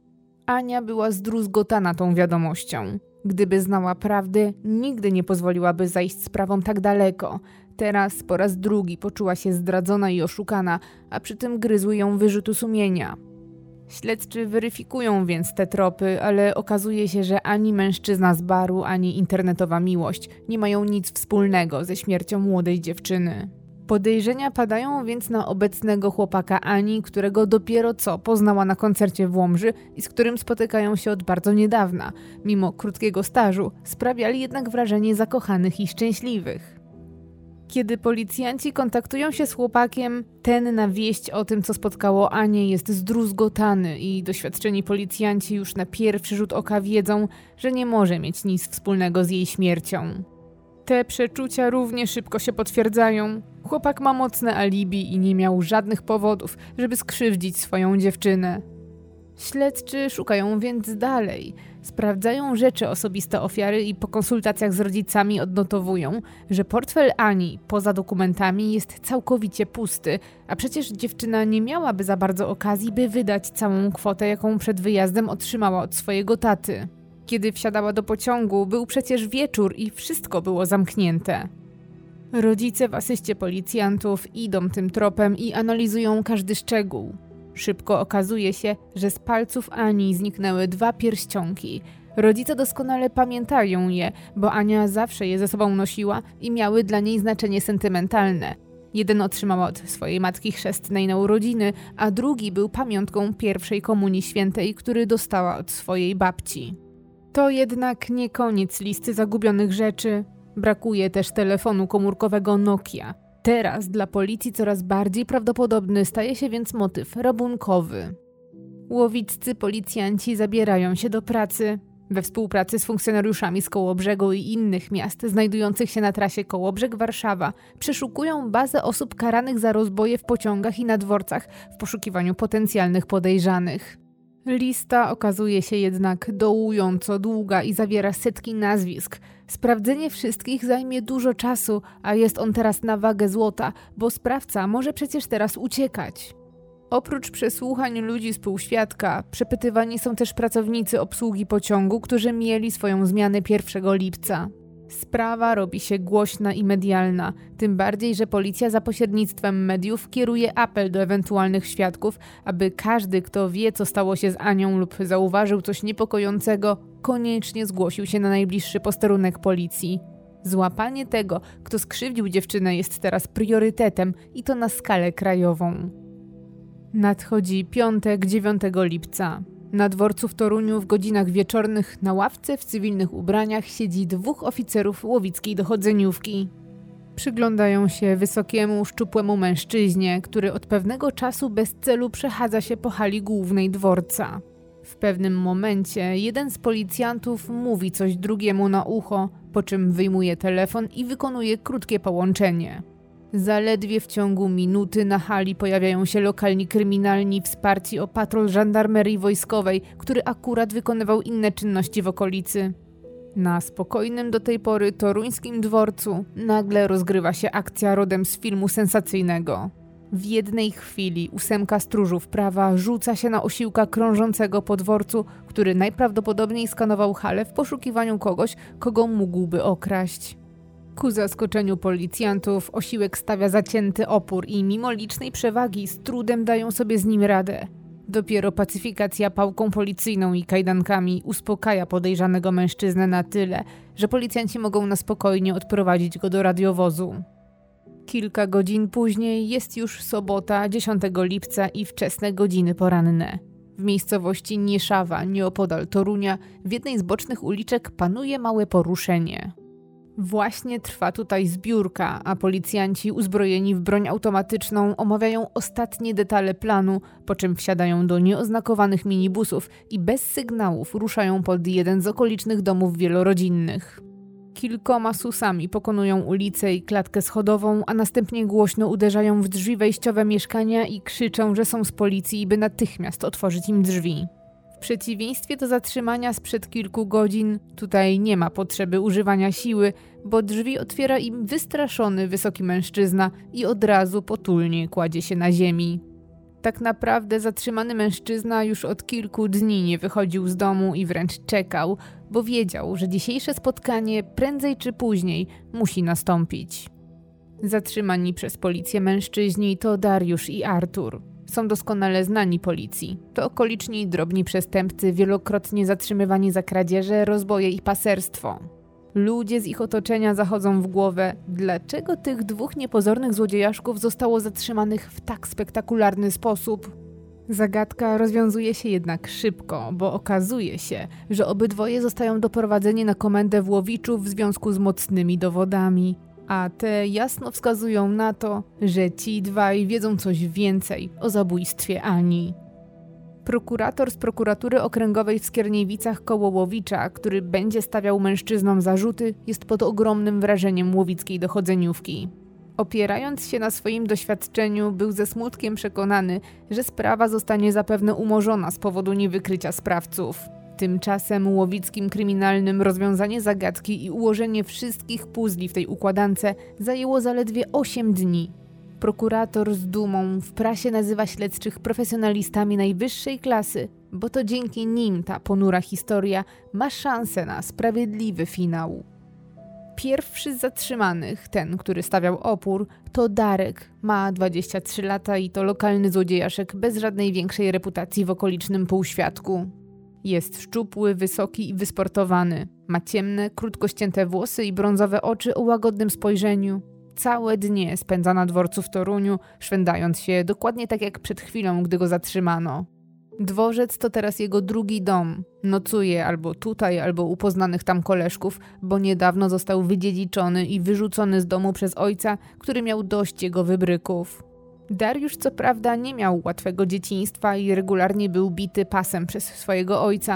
Ania była zdruzgotana tą wiadomością. Gdyby znała prawdę, nigdy nie pozwoliłaby zajść sprawą tak daleko. Teraz po raz drugi poczuła się zdradzona i oszukana, a przy tym gryzły ją wyrzuty sumienia. Śledczy weryfikują więc te tropy, ale okazuje się, że ani mężczyzna z baru, ani internetowa miłość nie mają nic wspólnego ze śmiercią młodej dziewczyny. Podejrzenia padają więc na obecnego chłopaka Ani, którego dopiero co poznała na koncercie w Łomży i z którym spotykają się od bardzo niedawna. Mimo krótkiego stażu sprawiali jednak wrażenie zakochanych i szczęśliwych. Kiedy policjanci kontaktują się z chłopakiem, ten na wieść o tym, co spotkało Anię, jest zdruzgotany i doświadczeni policjanci już na pierwszy rzut oka wiedzą, że nie może mieć nic wspólnego z jej śmiercią. Te przeczucia równie szybko się potwierdzają. Chłopak ma mocne alibi i nie miał żadnych powodów, żeby skrzywdzić swoją dziewczynę. Śledczy szukają więc dalej. Sprawdzają rzeczy osobiste ofiary i po konsultacjach z rodzicami odnotowują, że portfel Ani poza dokumentami jest całkowicie pusty, a przecież dziewczyna nie miałaby za bardzo okazji, by wydać całą kwotę, jaką przed wyjazdem otrzymała od swojego taty. Kiedy wsiadała do pociągu, był przecież wieczór i wszystko było zamknięte. Rodzice w asyście policjantów idą tym tropem i analizują każdy szczegół. Szybko okazuje się, że z palców Ani zniknęły dwa pierścionki. Rodzice doskonale pamiętają je, bo Ania zawsze je ze sobą nosiła i miały dla niej znaczenie sentymentalne. Jeden otrzymała od swojej matki chrzestnej na urodziny, a drugi był pamiątką pierwszej komunii świętej, który dostała od swojej babci. To jednak nie koniec listy zagubionych rzeczy. Brakuje też telefonu komórkowego Nokia. Teraz dla policji coraz bardziej prawdopodobny staje się więc motyw rabunkowy. Łowiccy policjanci zabierają się do pracy. We współpracy z funkcjonariuszami z Kołobrzegu i innych miast znajdujących się na trasie Kołobrzeg-Warszawa przeszukują bazę osób karanych za rozboje w pociągach i na dworcach w poszukiwaniu potencjalnych podejrzanych. Lista okazuje się jednak dołująco długa i zawiera setki nazwisk. Sprawdzenie wszystkich zajmie dużo czasu, a jest on teraz na wagę złota, bo sprawca może przecież teraz uciekać. Oprócz przesłuchań ludzi z półświadka, przepytywani są też pracownicy obsługi pociągu, którzy mieli swoją zmianę pierwszego lipca. Sprawa robi się głośna i medialna, tym bardziej, że policja za pośrednictwem mediów kieruje apel do ewentualnych świadków, aby każdy, kto wie, co stało się z Anią lub zauważył coś niepokojącego, koniecznie zgłosił się na najbliższy posterunek policji. Złapanie tego, kto skrzywdził dziewczynę, jest teraz priorytetem i to na skalę krajową. Nadchodzi piątek, dziewiątego lipca. Na dworcu w Toruniu w godzinach wieczornych na ławce w cywilnych ubraniach siedzi dwóch oficerów łowickiej dochodzeniówki. Przyglądają się wysokiemu, szczupłemu mężczyźnie, który od pewnego czasu bez celu przechadza się po hali głównej dworca. W pewnym momencie jeden z policjantów mówi coś drugiemu na ucho, po czym wyjmuje telefon i wykonuje krótkie połączenie. Zaledwie w ciągu minuty na hali pojawiają się lokalni kryminalni wsparci o patrol żandarmerii wojskowej, który akurat wykonywał inne czynności w okolicy. Na spokojnym do tej pory toruńskim dworcu nagle rozgrywa się akcja rodem z filmu sensacyjnego. W jednej chwili ósemka stróżów prawa rzuca się na osiłka krążącego po dworcu, który najprawdopodobniej skanował halę w poszukiwaniu kogoś, kogo mógłby okraść. Ku zaskoczeniu policjantów osiłek stawia zacięty opór i mimo licznej przewagi z trudem dają sobie z nim radę. Dopiero pacyfikacja pałką policyjną i kajdankami uspokaja podejrzanego mężczyznę na tyle, że policjanci mogą na spokojnie odprowadzić go do radiowozu. Kilka godzin później jest już sobota, dziesiątego lipca i wczesne godziny poranne. W miejscowości Nieszawa, nieopodal Torunia, w jednej z bocznych uliczek panuje małe poruszenie. Właśnie trwa tutaj zbiórka, a policjanci uzbrojeni w broń automatyczną omawiają ostatnie detale planu, po czym wsiadają do nieoznakowanych minibusów i bez sygnałów ruszają pod jeden z okolicznych domów wielorodzinnych. Kilkoma susami pokonują ulicę i klatkę schodową, a następnie głośno uderzają w drzwi wejściowe mieszkania i krzyczą, że są z policji, by natychmiast otworzyć im drzwi. W przeciwieństwie do zatrzymania sprzed kilku godzin, tutaj nie ma potrzeby używania siły, bo drzwi otwiera im wystraszony wysoki mężczyzna i od razu potulnie kładzie się na ziemi. Tak naprawdę zatrzymany mężczyzna już od kilku dni nie wychodził z domu i wręcz czekał, bo wiedział, że dzisiejsze spotkanie prędzej czy później musi nastąpić. Zatrzymani przez policję mężczyźni to Dariusz i Artur. Są doskonale znani policji. To okoliczni drobni przestępcy wielokrotnie zatrzymywani za kradzieże, rozboje i paserstwo. Ludzie z ich otoczenia zachodzą w głowę, dlaczego tych dwóch niepozornych złodziejaszków zostało zatrzymanych w tak spektakularny sposób. Zagadka rozwiązuje się jednak szybko, bo okazuje się, że obydwoje zostają doprowadzeni na komendę w Łowiczu w związku z mocnymi dowodami. A te jasno wskazują na to, że ci dwaj wiedzą coś więcej o zabójstwie Ani. Prokurator z prokuratury okręgowej w Skierniewicach koło Łowicza, który będzie stawiał mężczyznom zarzuty, jest pod ogromnym wrażeniem łowickiej dochodzeniówki. Opierając się na swoim doświadczeniu, był ze smutkiem przekonany, że sprawa zostanie zapewne umorzona z powodu niewykrycia sprawców. Tymczasem łowickim kryminalnym rozwiązanie zagadki i ułożenie wszystkich puzli w tej układance zajęło zaledwie osiem dni. Prokurator z dumą w prasie nazywa śledczych profesjonalistami najwyższej klasy, bo to dzięki nim ta ponura historia ma szansę na sprawiedliwy finał. Pierwszy z zatrzymanych, ten, który stawiał opór, to Darek. Ma dwadzieścia trzy lata i to lokalny złodziejaszek bez żadnej większej reputacji w okolicznym półświadku. Jest szczupły, wysoki i wysportowany. Ma ciemne, krótko ścięte włosy i brązowe oczy o łagodnym spojrzeniu. Całe dnie spędza na dworcu w Toruniu, szwendając się dokładnie tak jak przed chwilą, gdy go zatrzymano. Dworzec to teraz jego drugi dom. Nocuje albo tutaj, albo u poznanych tam koleżków, bo niedawno został wydziedziczony i wyrzucony z domu przez ojca, który miał dość jego wybryków. Dariusz co prawda nie miał łatwego dzieciństwa i regularnie był bity pasem przez swojego ojca.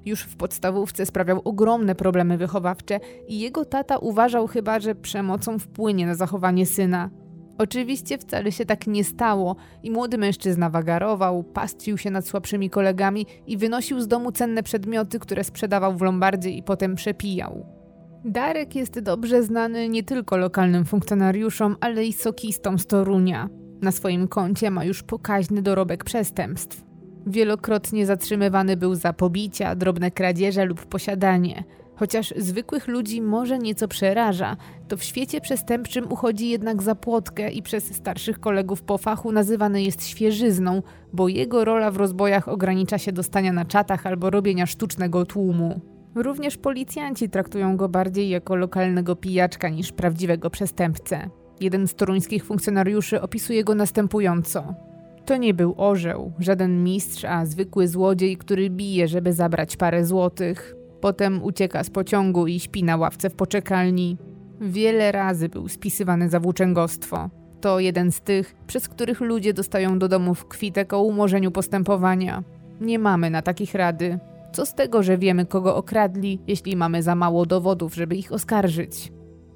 Już w podstawówce sprawiał ogromne problemy wychowawcze i jego tata uważał chyba, że przemocą wpłynie na zachowanie syna. Oczywiście wcale się tak nie stało i młody mężczyzna wagarował, pastwił się nad słabszymi kolegami i wynosił z domu cenne przedmioty, które sprzedawał w lombardzie i potem przepijał. Darek jest dobrze znany nie tylko lokalnym funkcjonariuszom, ale i sokistom z Torunia. Na swoim koncie ma już pokaźny dorobek przestępstw. Wielokrotnie zatrzymywany był za pobicia, drobne kradzieże lub posiadanie. Chociaż zwykłych ludzi może nieco przeraża, to w świecie przestępczym uchodzi jednak za płotkę i przez starszych kolegów po fachu nazywany jest świeżyzną, bo jego rola w rozbojach ogranicza się do stania na czatach albo robienia sztucznego tłumu. Również policjanci traktują go bardziej jako lokalnego pijaczka niż prawdziwego przestępcę. Jeden z toruńskich funkcjonariuszy opisuje go następująco. To nie był orzeł, żaden mistrz, a zwykły złodziej, który bije, żeby zabrać parę złotych. Potem ucieka z pociągu i śpi na ławce w poczekalni. Wiele razy był spisywany za włóczęgostwo. To jeden z tych, przez których ludzie dostają do domów kwitek o umorzeniu postępowania. Nie mamy na takich rady. Co z tego, że wiemy, kogo okradli, jeśli mamy za mało dowodów, żeby ich oskarżyć?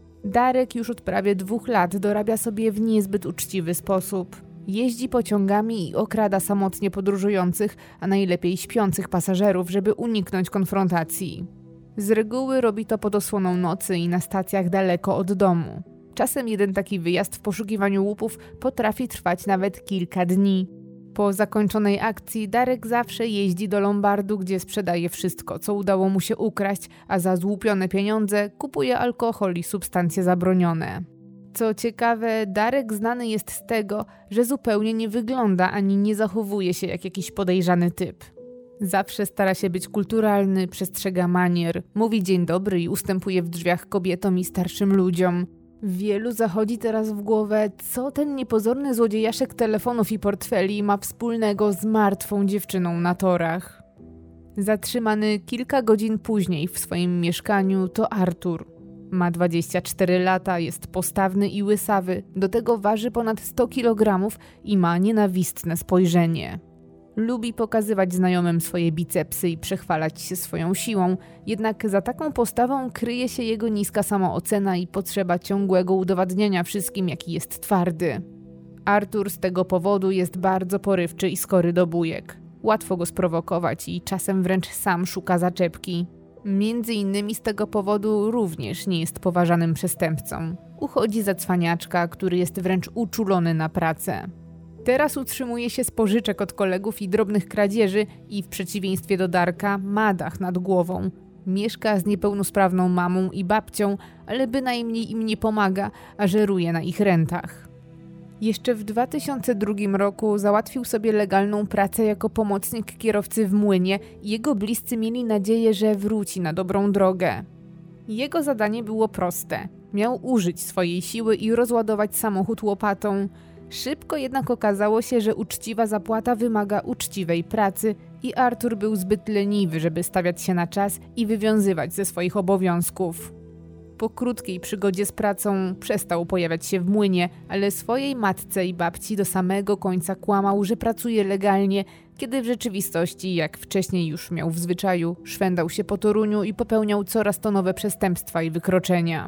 Darek już od prawie dwóch lat dorabia sobie w niezbyt uczciwy sposób. Jeździ pociągami i okrada samotnie podróżujących, a najlepiej śpiących pasażerów, żeby uniknąć konfrontacji. Z reguły robi to pod osłoną nocy i na stacjach daleko od domu. Czasem jeden taki wyjazd w poszukiwaniu łupów potrafi trwać nawet kilka dni. Po zakończonej akcji Darek zawsze jeździ do lombardu, gdzie sprzedaje wszystko, co udało mu się ukraść, a za złupione pieniądze kupuje alkohol i substancje zabronione. Co ciekawe, Darek znany jest z tego, że zupełnie nie wygląda ani nie zachowuje się jak jakiś podejrzany typ. Zawsze stara się być kulturalny, przestrzega manier, mówi dzień dobry i ustępuje w drzwiach kobietom i starszym ludziom. Wielu zachodzi teraz w głowę, co ten niepozorny złodziejaszek telefonów i portfeli ma wspólnego z martwą dziewczyną na torach. Zatrzymany kilka godzin później w swoim mieszkaniu to Artur. Ma dwadzieścia cztery lata, jest postawny i łysawy, do tego waży ponad sto kilogramów i ma nienawistne spojrzenie. Lubi pokazywać znajomym swoje bicepsy i przechwalać się swoją siłą, jednak za taką postawą kryje się jego niska samoocena i potrzeba ciągłego udowadniania wszystkim, jaki jest twardy. Artur z tego powodu jest bardzo porywczy i skory do bujek. Łatwo go sprowokować i czasem wręcz sam szuka zaczepki. Między innymi z tego powodu również nie jest poważanym przestępcą. Uchodzi za cwaniaczka, który jest wręcz uczulony na pracę. Teraz utrzymuje się z pożyczek od kolegów i drobnych kradzieży i w przeciwieństwie do Darka ma dach nad głową. Mieszka z niepełnosprawną mamą i babcią, ale bynajmniej im nie pomaga, a żeruje na ich rentach. Jeszcze w dwa tysiące drugim roku załatwił sobie legalną pracę jako pomocnik kierowcy w młynie i jego bliscy mieli nadzieję, że wróci na dobrą drogę. Jego zadanie było proste. Miał użyć swojej siły i rozładować samochód łopatą. Szybko jednak okazało się, że uczciwa zapłata wymaga uczciwej pracy i Artur był zbyt leniwy, żeby stawiać się na czas i wywiązywać ze swoich obowiązków. Po krótkiej przygodzie z pracą przestał pojawiać się w młynie, ale swojej matce i babci do samego końca kłamał, że pracuje legalnie, kiedy w rzeczywistości, jak wcześniej już miał w zwyczaju, szwendał się po Toruniu i popełniał coraz to nowe przestępstwa i wykroczenia.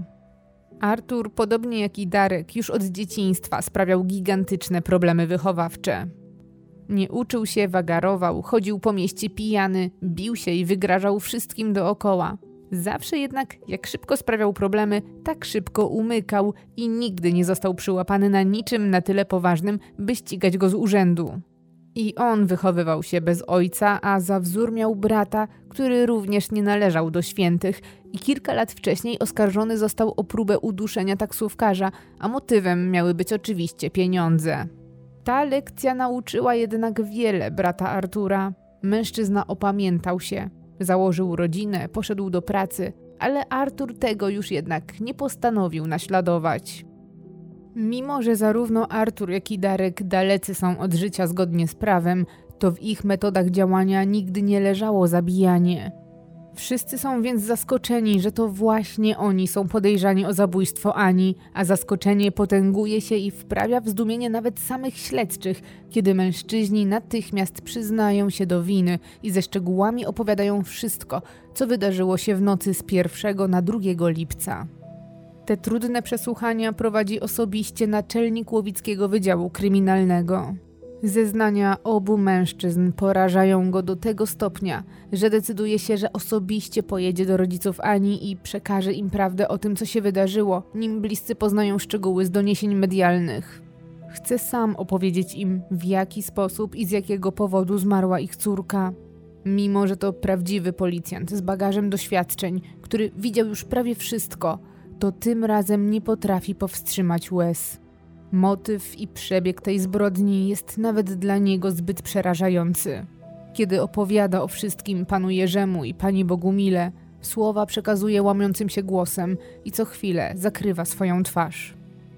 Artur, podobnie jak i Darek, już od dzieciństwa sprawiał gigantyczne problemy wychowawcze. Nie uczył się, wagarował, chodził po mieście pijany, bił się i wygrażał wszystkim dookoła. Zawsze jednak, jak szybko sprawiał problemy, tak szybko umykał i nigdy nie został przyłapany na niczym na tyle poważnym, by ścigać go z urzędu. I on wychowywał się bez ojca, a za wzór miał brata, który również nie należał do świętych i kilka lat wcześniej oskarżony został o próbę uduszenia taksówkarza, a motywem miały być oczywiście pieniądze. Ta lekcja nauczyła jednak wiele brata Artura. Mężczyzna opamiętał się. Założył rodzinę, poszedł do pracy, ale Artur tego już jednak nie postanowił naśladować. Mimo że zarówno Artur, jak i Darek dalecy są od życia zgodnie z prawem, to w ich metodach działania nigdy nie leżało zabijanie. Wszyscy są więc zaskoczeni, że to właśnie oni są podejrzani o zabójstwo Ani, a zaskoczenie potęguje się i wprawia w zdumienie nawet samych śledczych, kiedy mężczyźni natychmiast przyznają się do winy i ze szczegółami opowiadają wszystko, co wydarzyło się w nocy z pierwszego na drugiego lipca. Te trudne przesłuchania prowadzi osobiście naczelnik Łowickiego Wydziału Kryminalnego. Zeznania obu mężczyzn porażają go do tego stopnia, że decyduje się, że osobiście pojedzie do rodziców Ani i przekaże im prawdę o tym, co się wydarzyło, nim bliscy poznają szczegóły z doniesień medialnych. Chce sam opowiedzieć im, w jaki sposób i z jakiego powodu zmarła ich córka. Mimo że to prawdziwy policjant z bagażem doświadczeń, który widział już prawie wszystko, to tym razem nie potrafi powstrzymać łez. Motyw i przebieg tej zbrodni jest nawet dla niego zbyt przerażający. Kiedy opowiada o wszystkim panu Jerzemu i pani Bogumile, słowa przekazuje łamiącym się głosem i co chwilę zakrywa swoją twarz.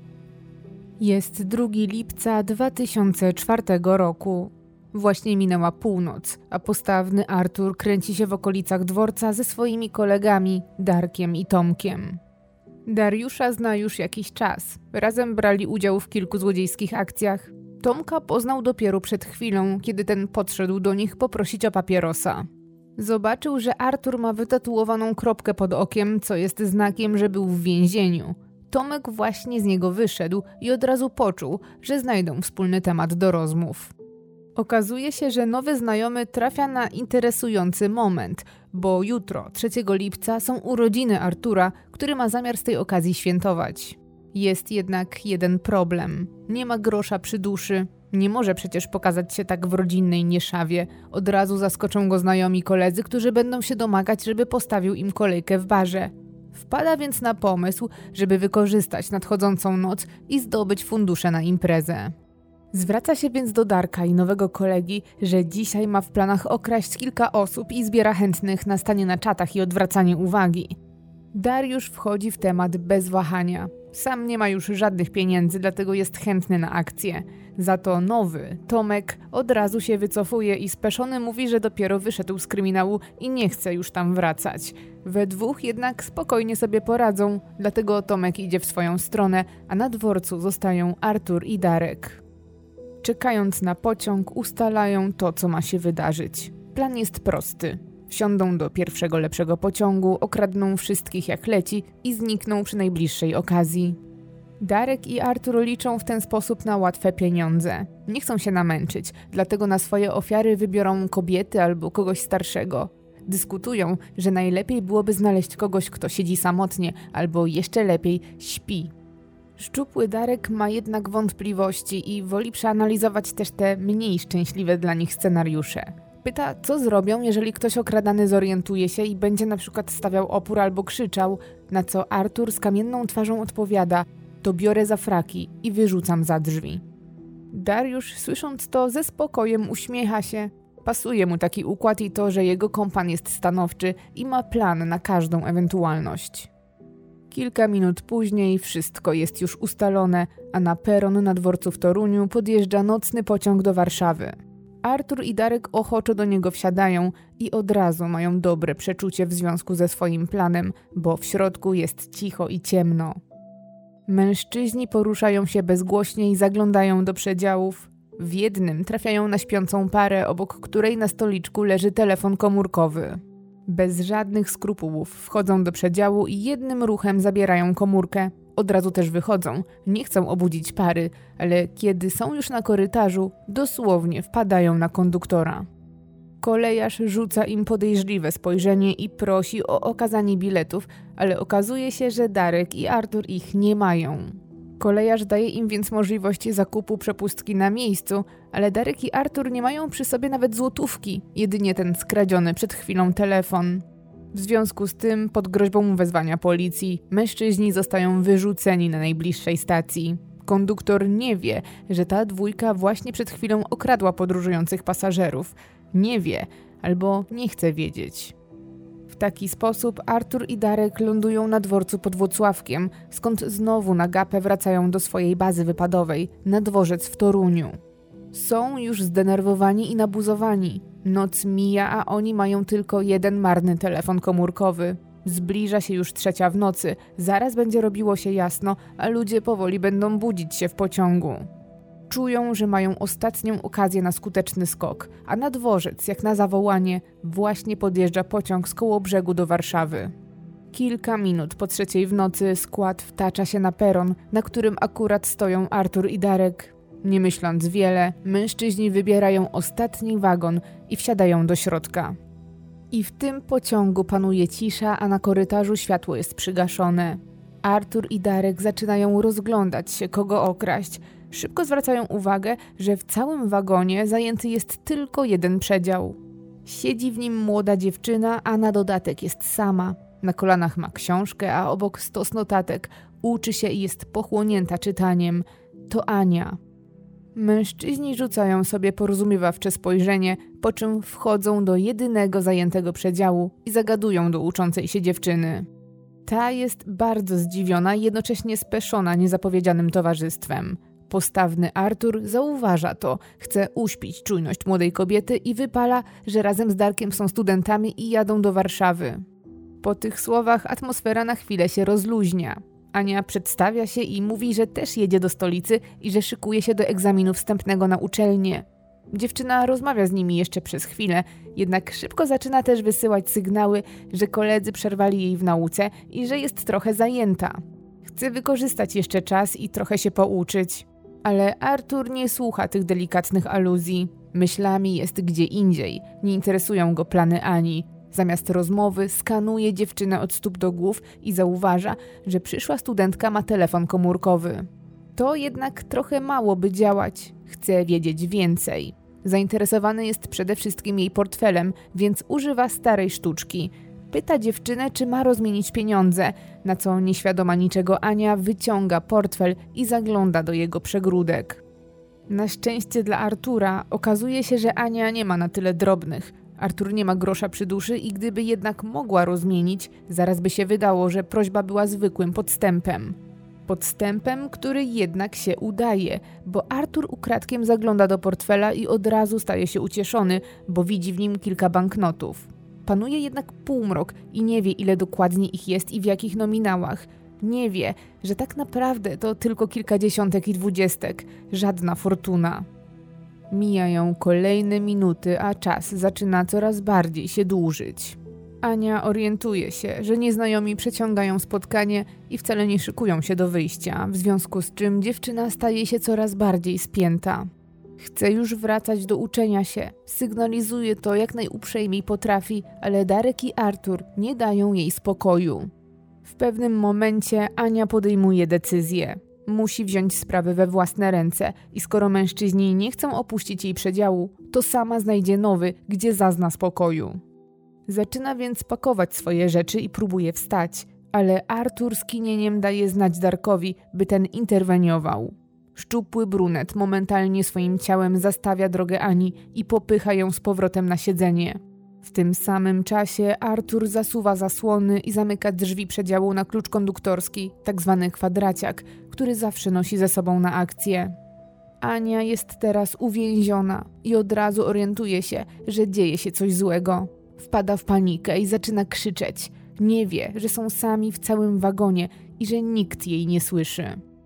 Jest drugiego lipca dwa tysiące czwartego roku. Właśnie minęła północ, a postawny Artur kręci się w okolicach dworca ze swoimi kolegami Darkiem i Tomkiem. Dariusza zna już jakiś czas. Razem brali udział w kilku złodziejskich akcjach. Tomka poznał dopiero przed chwilą, kiedy ten podszedł do nich poprosić o papierosa. Zobaczył, że Artur ma wytatuowaną kropkę pod okiem, co jest znakiem, że był w więzieniu. Tomek właśnie z niego wyszedł i od razu poczuł, że znajdą wspólny temat do rozmów. Okazuje się, że nowy znajomy trafia na interesujący moment, bo jutro, trzeciego lipca, są urodziny Artura, który ma zamiar z tej okazji świętować. Jest jednak jeden problem. Nie ma grosza przy duszy. Nie może przecież pokazać się tak w rodzinnej nieszawie. Od razu zaskoczą go znajomi koledzy, którzy będą się domagać, żeby postawił im kolejkę w barze. Wpada więc na pomysł, żeby wykorzystać nadchodzącą noc i zdobyć fundusze na imprezę. Zwraca się więc do Darka i nowego kolegi, że dzisiaj ma w planach okraść kilka osób i zbiera chętnych na stanie na czatach i odwracanie uwagi. Dariusz wchodzi w temat bez wahania. Sam nie ma już żadnych pieniędzy, dlatego jest chętny na akcję. Za to nowy, Tomek, od razu się wycofuje i speszony mówi, że dopiero wyszedł z kryminału i nie chce już tam wracać. We dwóch jednak spokojnie sobie poradzą, dlatego Tomek idzie w swoją stronę, a na dworcu zostają Artur i Darek. Czekając na pociąg, ustalają to, co ma się wydarzyć. Plan jest prosty. Wsiądą do pierwszego lepszego pociągu, okradną wszystkich jak leci i znikną przy najbliższej okazji. Darek i Artur liczą w ten sposób na łatwe pieniądze. Nie chcą się namęczyć, dlatego na swoje ofiary wybiorą kobiety albo kogoś starszego. Dyskutują, że najlepiej byłoby znaleźć kogoś, kto siedzi samotnie, albo jeszcze lepiej śpi. Szczupły Darek ma jednak wątpliwości i woli przeanalizować też te mniej szczęśliwe dla nich scenariusze. Pyta, co zrobią, jeżeli ktoś okradany zorientuje się i będzie na przykład stawiał opór albo krzyczał, na co Artur z kamienną twarzą odpowiada: to biorę za fraki i wyrzucam za drzwi. Dariusz, słysząc to, ze spokojem uśmiecha się. Pasuje mu taki układ i to, że jego kompan jest stanowczy i ma plan na każdą ewentualność. Kilka minut później wszystko jest już ustalone, a na peron na dworcu w Toruniu podjeżdża nocny pociąg do Warszawy. Artur i Darek ochoczo do niego wsiadają i od razu mają dobre przeczucie w związku ze swoim planem, bo w środku jest cicho i ciemno. Mężczyźni poruszają się bezgłośnie i zaglądają do przedziałów. W jednym trafiają na śpiącą parę, obok której na stoliczku leży telefon komórkowy. Bez żadnych skrupułów wchodzą do przedziału i jednym ruchem zabierają komórkę. Od razu też wychodzą, nie chcą obudzić pary, ale kiedy są już na korytarzu, dosłownie wpadają na konduktora. Kolejarz rzuca im podejrzliwe spojrzenie i prosi o okazanie biletów, ale okazuje się, że Darek i Artur ich nie mają. Kolejarz daje im więc możliwość zakupu przepustki na miejscu, ale Darek i Artur nie mają przy sobie nawet złotówki, jedynie ten skradziony przed chwilą telefon. W związku z tym, pod groźbą wezwania policji, mężczyźni zostają wyrzuceni na najbliższej stacji. Konduktor nie wie, że ta dwójka właśnie przed chwilą okradła podróżujących pasażerów. Nie wie, albo nie chce wiedzieć. W taki sposób Artur i Darek lądują na dworcu pod Włocławkiem, skąd znowu na gapę wracają do swojej bazy wypadowej, na dworzec w Toruniu. Są już zdenerwowani i nabuzowani. Noc mija, a oni mają tylko jeden marny telefon komórkowy. Zbliża się już trzecia w nocy, zaraz będzie robiło się jasno, a ludzie powoli będą budzić się w pociągu. Czują, że mają ostatnią okazję na skuteczny skok, a na dworzec, jak na zawołanie, właśnie podjeżdża pociąg z Kołobrzegu do Warszawy. Kilka minut po trzeciej w nocy skład wtacza się na peron, na którym akurat stoją Artur i Darek. Nie myśląc wiele, mężczyźni wybierają ostatni wagon i wsiadają do środka. I w tym pociągu panuje cisza, a na korytarzu światło jest przygaszone. Artur i Darek zaczynają rozglądać się, kogo okraść. Szybko zwracają uwagę, że w całym wagonie zajęty jest tylko jeden przedział. Siedzi w nim młoda dziewczyna, a na dodatek jest sama. Na kolanach ma książkę, a obok stos notatek. Uczy się i jest pochłonięta czytaniem. To Ania. Mężczyźni rzucają sobie porozumiewawcze spojrzenie, po czym wchodzą do jedynego zajętego przedziału i zagadują do uczącej się dziewczyny. Ta jest bardzo zdziwiona i jednocześnie speszona niezapowiedzianym towarzystwem. Postawny Artur zauważa to, chce uśpić czujność młodej kobiety i wypala, że razem z Darkiem są studentami i jadą do Warszawy. Po tych słowach atmosfera na chwilę się rozluźnia. Ania przedstawia się i mówi, że też jedzie do stolicy i że szykuje się do egzaminu wstępnego na uczelnię. Dziewczyna rozmawia z nimi jeszcze przez chwilę, jednak szybko zaczyna też wysyłać sygnały, że koledzy przerwali jej w nauce i że jest trochę zajęta. Chce wykorzystać jeszcze czas i trochę się pouczyć. Ale Artur nie słucha tych delikatnych aluzji. Myślami jest gdzie indziej, nie interesują go plany Ani. Zamiast rozmowy skanuje dziewczynę od stóp do głów i zauważa, że przyszła studentka ma telefon komórkowy. To jednak trochę mało, by działać. Chce wiedzieć więcej. Zainteresowany jest przede wszystkim jej portfelem, więc używa starej sztuczki. Pyta dziewczynę, czy ma rozmienić pieniądze, na co nieświadoma niczego Ania wyciąga portfel i zagląda do jego przegródek. Na szczęście dla Artura okazuje się, że Ania nie ma na tyle drobnych. Artur nie ma grosza przy duszy i gdyby jednak mogła rozmienić, zaraz by się wydało, że prośba była zwykłym podstępem. Podstępem, który jednak się udaje, bo Artur ukradkiem zagląda do portfela i od razu staje się ucieszony, bo widzi w nim kilka banknotów. Panuje jednak półmrok i nie wie, ile dokładnie ich jest i w jakich nominałach. Nie wie, że tak naprawdę to tylko kilka dziesiątek i dwudziestek, żadna fortuna. Mijają kolejne minuty, a czas zaczyna coraz bardziej się dłużyć. Ania orientuje się, że nieznajomi przeciągają spotkanie i wcale nie szykują się do wyjścia, w związku z czym dziewczyna staje się coraz bardziej spięta. Chce już wracać do uczenia się, sygnalizuje to jak najuprzejmiej potrafi, ale Darek i Artur nie dają jej spokoju. W pewnym momencie Ania podejmuje decyzję. Musi wziąć sprawę we własne ręce i skoro mężczyźni nie chcą opuścić jej przedziału, to sama znajdzie nowy, gdzie zazna spokoju. Zaczyna więc pakować swoje rzeczy i próbuje wstać, ale Artur skinieniem daje znać Darkowi, by ten interweniował. Szczupły brunet momentalnie swoim ciałem zastawia drogę Ani i popycha ją z powrotem na siedzenie. W tym samym czasie Artur zasuwa zasłony i zamyka drzwi przedziału na klucz konduktorski, tak zwany kwadraciak, który zawsze nosi ze sobą na akcję. Ania jest teraz uwięziona i od razu orientuje się, że dzieje się coś złego. Wpada w panikę i zaczyna krzyczeć. Nie wie, że są sami w całym wagonie i że nikt jej nie słyszy.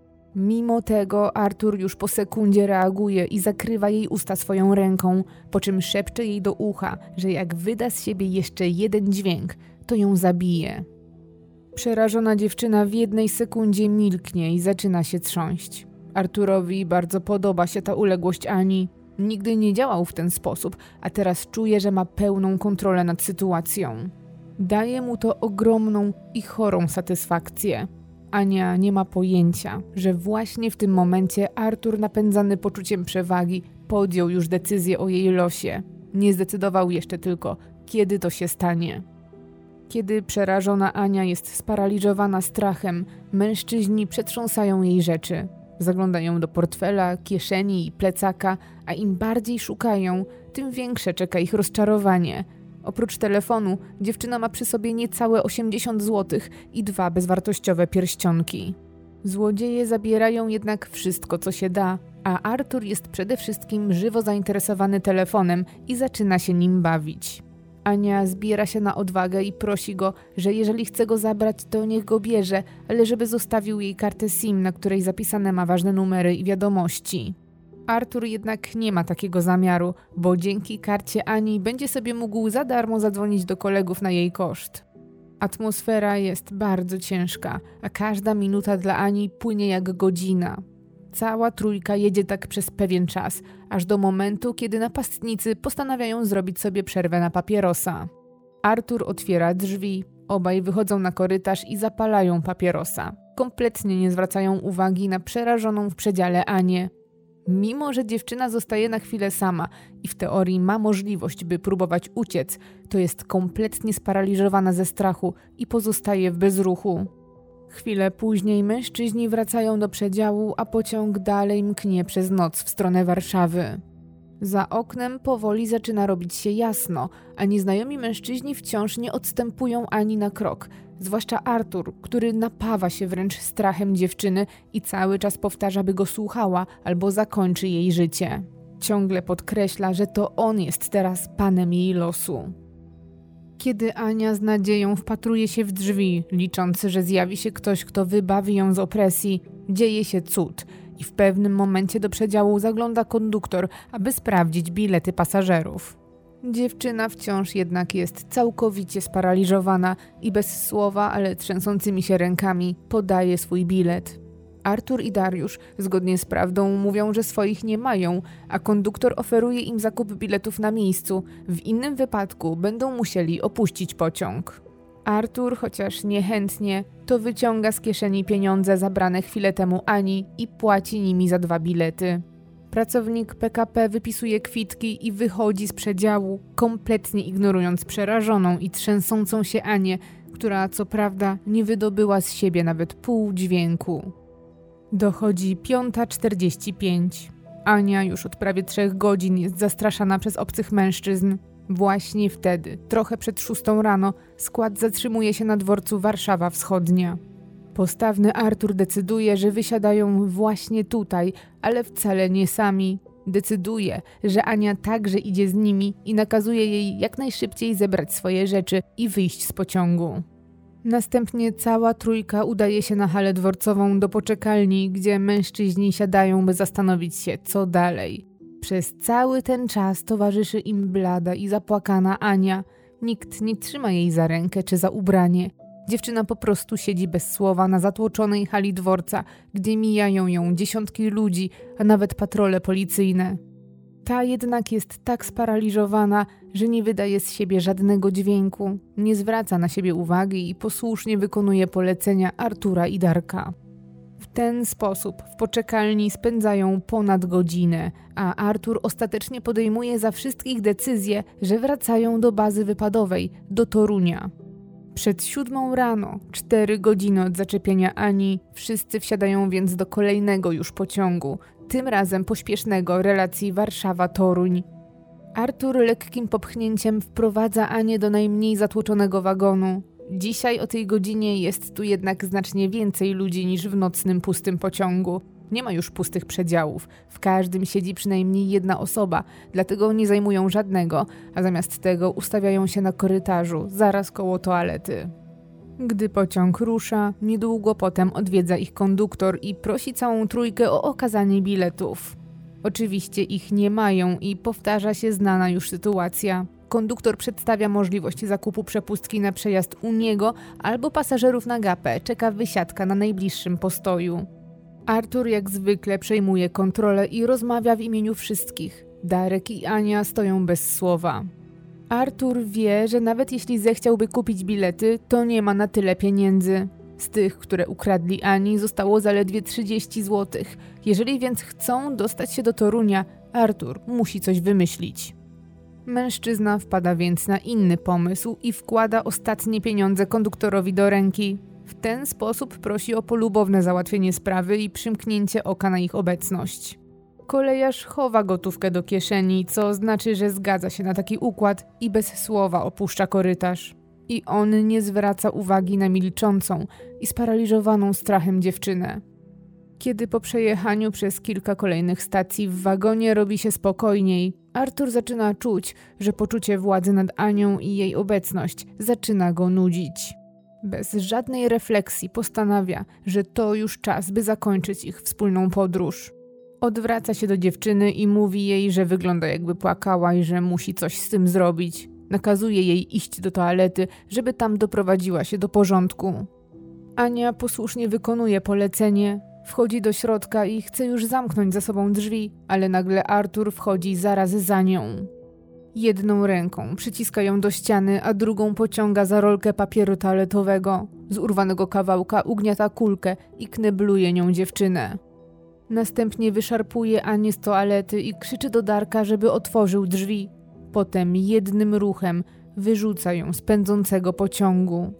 Mimo tego Artur już po sekundzie reaguje i zakrywa jej usta swoją ręką, po czym szepcze jej do ucha, że jak wyda z siebie jeszcze jeden dźwięk, to ją zabije. Przerażona dziewczyna w jednej sekundzie milknie i zaczyna się trząść. Arturowi bardzo podoba się ta uległość Ani. Nigdy nie działał w ten sposób, a teraz czuje, że ma pełną kontrolę nad sytuacją. Daje mu to ogromną i chorą satysfakcję. Ania nie ma pojęcia, że właśnie w tym momencie Artur, napędzany poczuciem przewagi, podjął już decyzję o jej losie. Nie zdecydował jeszcze tylko, kiedy to się stanie. Kiedy przerażona Ania jest sparaliżowana strachem, mężczyźni przetrząsają jej rzeczy. Zaglądają do portfela, kieszeni i plecaka, a im bardziej szukają, tym większe czeka ich rozczarowanie. Oprócz telefonu dziewczyna ma przy sobie niecałe osiemdziesiąt złotych i dwa bezwartościowe pierścionki. Złodzieje zabierają jednak wszystko, co się da. A Artur jest przede wszystkim żywo zainteresowany telefonem i zaczyna się nim bawić. Ania zbiera się na odwagę i prosi go, że jeżeli chce go zabrać, to niech go bierze, ale żeby zostawił jej kartę SIM, na której zapisane ma ważne numery i wiadomości. Artur jednak nie ma takiego zamiaru, bo dzięki karcie Ani będzie sobie mógł za darmo zadzwonić do kolegów na jej koszt. Atmosfera jest bardzo ciężka, a każda minuta dla Ani płynie jak godzina. Cała trójka jedzie tak przez pewien czas, aż do momentu, kiedy napastnicy postanawiają zrobić sobie przerwę na papierosa. Artur otwiera drzwi, obaj wychodzą na korytarz i zapalają papierosa. Kompletnie nie zwracają uwagi na przerażoną w przedziale Anię. Mimo że dziewczyna zostaje na chwilę sama i w teorii ma możliwość, by próbować uciec, to jest kompletnie sparaliżowana ze strachu i pozostaje w bezruchu. Chwilę później mężczyźni wracają do przedziału, a pociąg dalej mknie przez noc w stronę Warszawy. Za oknem powoli zaczyna robić się jasno, a nieznajomi mężczyźni wciąż nie odstępują ani na krok, zwłaszcza Artur, który napawa się wręcz strachem dziewczyny i cały czas powtarza, by go słuchała albo zakończy jej życie. Ciągle podkreśla, że to on jest teraz panem jej losu. Kiedy Ania z nadzieją wpatruje się w drzwi, licząc, że zjawi się ktoś, kto wybawi ją z opresji, dzieje się cud i w pewnym momencie do przedziału zagląda konduktor, aby sprawdzić bilety pasażerów. Dziewczyna wciąż jednak jest całkowicie sparaliżowana i bez słowa, ale trzęsącymi się rękami podaje swój bilet. Artur i Dariusz, zgodnie z prawdą, mówią, że swoich nie mają, a konduktor oferuje im zakup biletów na miejscu. W innym wypadku będą musieli opuścić pociąg. Artur, chociaż niechętnie, to wyciąga z kieszeni pieniądze zabrane chwilę temu Ani i płaci nimi za dwa bilety. Pracownik P K P wypisuje kwitki i wychodzi z przedziału, kompletnie ignorując przerażoną i trzęsącą się Anię, która co prawda nie wydobyła z siebie nawet pół dźwięku. Dochodzi piąta czterdzieści pięć. Ania już od prawie trzech godzin jest zastraszana przez obcych mężczyzn. Właśnie wtedy, trochę przed szóstą rano, skład zatrzymuje się na dworcu Warszawa Wschodnia. Postawny Artur decyduje, że wysiadają właśnie tutaj, ale wcale nie sami. Decyduje, że Ania także idzie z nimi i nakazuje jej jak najszybciej zebrać swoje rzeczy i wyjść z pociągu. Następnie cała trójka udaje się na halę dworcową do poczekalni, gdzie mężczyźni siadają, by zastanowić się, co dalej. Przez cały ten czas towarzyszy im blada i zapłakana Ania. Nikt nie trzyma jej za rękę czy za ubranie. Dziewczyna po prostu siedzi bez słowa na zatłoczonej hali dworca, gdzie mijają ją dziesiątki ludzi, a nawet patrole policyjne. Ta jednak jest tak sparaliżowana, że nie wydaje z siebie żadnego dźwięku, nie zwraca na siebie uwagi i posłusznie wykonuje polecenia Artura i Darka. W ten sposób w poczekalni spędzają ponad godzinę, a Artur ostatecznie podejmuje za wszystkich decyzję, że wracają do bazy wypadowej, do Torunia. Przed siódmą rano, cztery godziny od zaczepienia Ani, wszyscy wsiadają więc do kolejnego już pociągu, tym razem pośpiesznego relacji Warszawa-Toruń. Artur lekkim popchnięciem wprowadza Anię do najmniej zatłoczonego wagonu. Dzisiaj o tej godzinie jest tu jednak znacznie więcej ludzi niż w nocnym pustym pociągu. Nie ma już pustych przedziałów. W każdym siedzi przynajmniej jedna osoba, dlatego nie zajmują żadnego, a zamiast tego ustawiają się na korytarzu, zaraz koło toalety. Gdy pociąg rusza, niedługo potem odwiedza ich konduktor i prosi całą trójkę o okazanie biletów. Oczywiście ich nie mają i powtarza się znana już sytuacja. Konduktor przedstawia możliwość zakupu przepustki na przejazd u niego albo pasażerów na gapę, czeka wysiadka na najbliższym postoju. Artur jak zwykle przejmuje kontrolę i rozmawia w imieniu wszystkich. Darek i Ania stoją bez słowa. Artur wie, że nawet jeśli zechciałby kupić bilety, to nie ma na tyle pieniędzy. Z tych, które ukradli Ani, zostało zaledwie trzydzieści złotych. Jeżeli więc chcą dostać się do Torunia, Artur musi coś wymyślić. Mężczyzna wpada więc na inny pomysł i wkłada ostatnie pieniądze konduktorowi do ręki. W ten sposób prosi o polubowne załatwienie sprawy i przymknięcie oka na ich obecność. Kolejarz chowa gotówkę do kieszeni, co znaczy, że zgadza się na taki układ i bez słowa opuszcza korytarz. I on nie zwraca uwagi na milczącą i sparaliżowaną strachem dziewczynę. Kiedy po przejechaniu przez kilka kolejnych stacji w wagonie robi się spokojniej, Artur zaczyna czuć, że poczucie władzy nad Anią i jej obecność zaczyna go nudzić. Bez żadnej refleksji postanawia, że to już czas, by zakończyć ich wspólną podróż. Odwraca się do dziewczyny i mówi jej, że wygląda jakby płakała i że musi coś z tym zrobić. Nakazuje jej iść do toalety, żeby tam doprowadziła się do porządku. Ania posłusznie wykonuje polecenie, wchodzi do środka i chce już zamknąć za sobą drzwi, ale nagle Artur wchodzi zaraz za nią. Jedną ręką przyciska ją do ściany, a drugą pociąga za rolkę papieru toaletowego. Z urwanego kawałka ugniata kulkę i knebluje nią dziewczynę. Następnie wyszarpuje Anię z toalety i krzyczy do Darka, żeby otworzył drzwi. Potem jednym ruchem wyrzuca ją z pędzącego pociągu.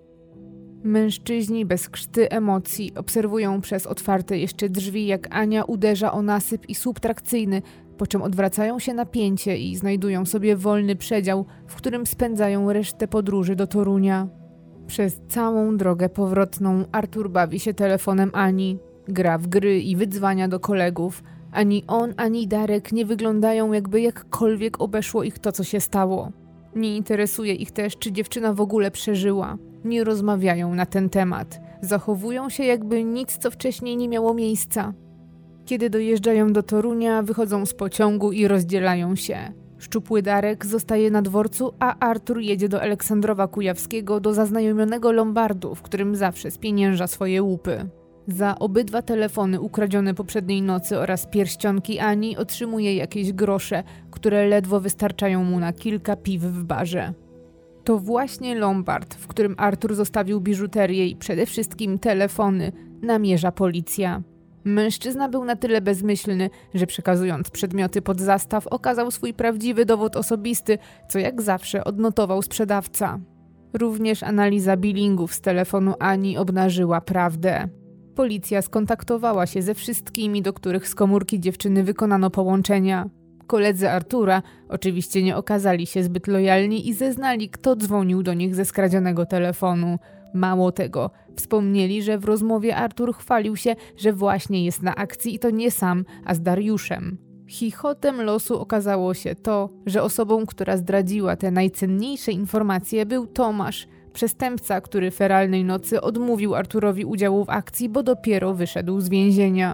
Mężczyźni bez krzty emocji obserwują przez otwarte jeszcze drzwi, jak Ania uderza o nasyp i słup trakcyjny, po czym odwracają się na pięcie i znajdują sobie wolny przedział, w którym spędzają resztę podróży do Torunia. Przez całą drogę powrotną Artur bawi się telefonem Ani, gra w gry i wydzwania do kolegów. Ani on, ani Darek nie wyglądają, jakby jakkolwiek obeszło ich to, co się stało. Nie interesuje ich też, czy dziewczyna w ogóle przeżyła. Nie rozmawiają na ten temat. Zachowują się, jakby nic, co wcześniej nie miało miejsca. Kiedy dojeżdżają do Torunia, wychodzą z pociągu i rozdzielają się. Szczupły Darek zostaje na dworcu, a Artur jedzie do Aleksandrowa Kujawskiego, do zaznajomionego lombardu, w którym zawsze spienięża swoje łupy. Za obydwa telefony ukradzione poprzedniej nocy oraz pierścionki Ani otrzymuje jakieś grosze, które ledwo wystarczają mu na kilka piw w barze. To właśnie lombard, w którym Artur zostawił biżuterię i przede wszystkim telefony, namierza policja. Mężczyzna był na tyle bezmyślny, że przekazując przedmioty pod zastaw okazał swój prawdziwy dowód osobisty, co jak zawsze odnotował sprzedawca. Również analiza billingów z telefonu Ani obnażyła prawdę. Policja skontaktowała się ze wszystkimi, do których z komórki dziewczyny wykonano połączenia. Koledzy Artura oczywiście nie okazali się zbyt lojalni i zeznali, kto dzwonił do nich ze skradzionego telefonu. Mało tego, wspomnieli, że w rozmowie Artur chwalił się, że właśnie jest na akcji i to nie sam, a z Dariuszem. Chichotem losu okazało się to, że osobą, która zdradziła te najcenniejsze informacje, był Tomasz, przestępca, który feralnej nocy odmówił Arturowi udziału w akcji, bo dopiero wyszedł z więzienia.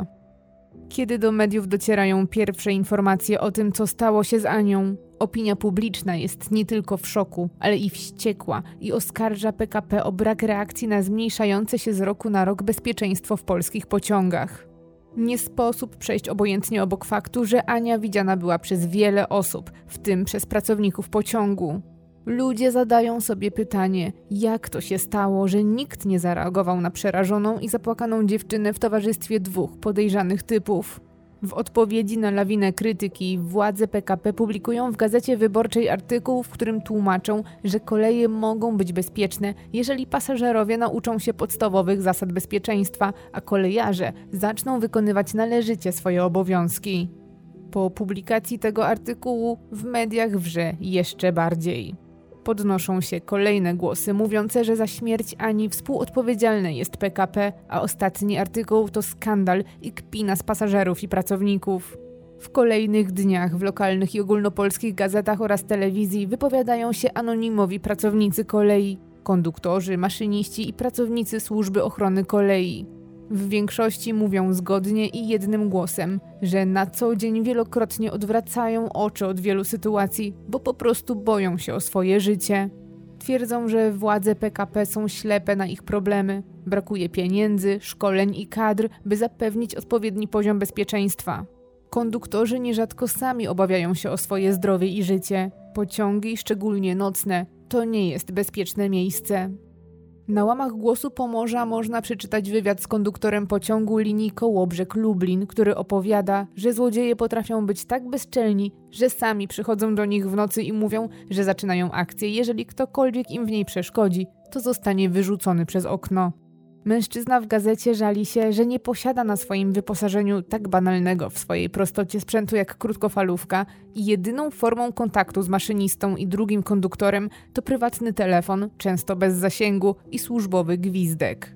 Kiedy do mediów docierają pierwsze informacje o tym, co stało się z Anią, opinia publiczna jest nie tylko w szoku, ale i wściekła i oskarża P K P o brak reakcji na zmniejszające się z roku na rok bezpieczeństwo w polskich pociągach. Nie sposób przejść obojętnie obok faktu, że Ania widziana była przez wiele osób, w tym przez pracowników pociągu. Ludzie zadają sobie pytanie, jak to się stało, że nikt nie zareagował na przerażoną i zapłakaną dziewczynę w towarzystwie dwóch podejrzanych typów. W odpowiedzi na lawinę krytyki władze P K P publikują w Gazecie Wyborczej artykuł, w którym tłumaczą, że koleje mogą być bezpieczne, jeżeli pasażerowie nauczą się podstawowych zasad bezpieczeństwa, a kolejarze zaczną wykonywać należycie swoje obowiązki. Po publikacji tego artykułu w mediach wrze jeszcze bardziej. Podnoszą się kolejne głosy mówiące, że za śmierć Ani współodpowiedzialne jest P K P, a ostatni artykuł to skandal i kpina z pasażerów i pracowników. W kolejnych dniach w lokalnych i ogólnopolskich gazetach oraz telewizji wypowiadają się anonimowi pracownicy kolei, konduktorzy, maszyniści i pracownicy służby ochrony kolei. W większości mówią zgodnie i jednym głosem, że na co dzień wielokrotnie odwracają oczy od wielu sytuacji, bo po prostu boją się o swoje życie. Twierdzą, że władze P K P są ślepe na ich problemy. Brakuje pieniędzy, szkoleń i kadr, by zapewnić odpowiedni poziom bezpieczeństwa. Konduktorzy nierzadko sami obawiają się o swoje zdrowie i życie. Pociągi, szczególnie nocne, to nie jest bezpieczne miejsce. Na łamach Głosu Pomorza można przeczytać wywiad z konduktorem pociągu linii Kołobrzeg-Lublin, który opowiada, że złodzieje potrafią być tak bezczelni, że sami przychodzą do nich w nocy i mówią, że zaczynają akcję. Jeżeli ktokolwiek im w niej przeszkodzi, to zostanie wyrzucony przez okno. Mężczyzna w gazecie żali się, że nie posiada na swoim wyposażeniu tak banalnego w swojej prostocie sprzętu jak krótkofalówka i jedyną formą kontaktu z maszynistą i drugim konduktorem to prywatny telefon, często bez zasięgu, i służbowy gwizdek.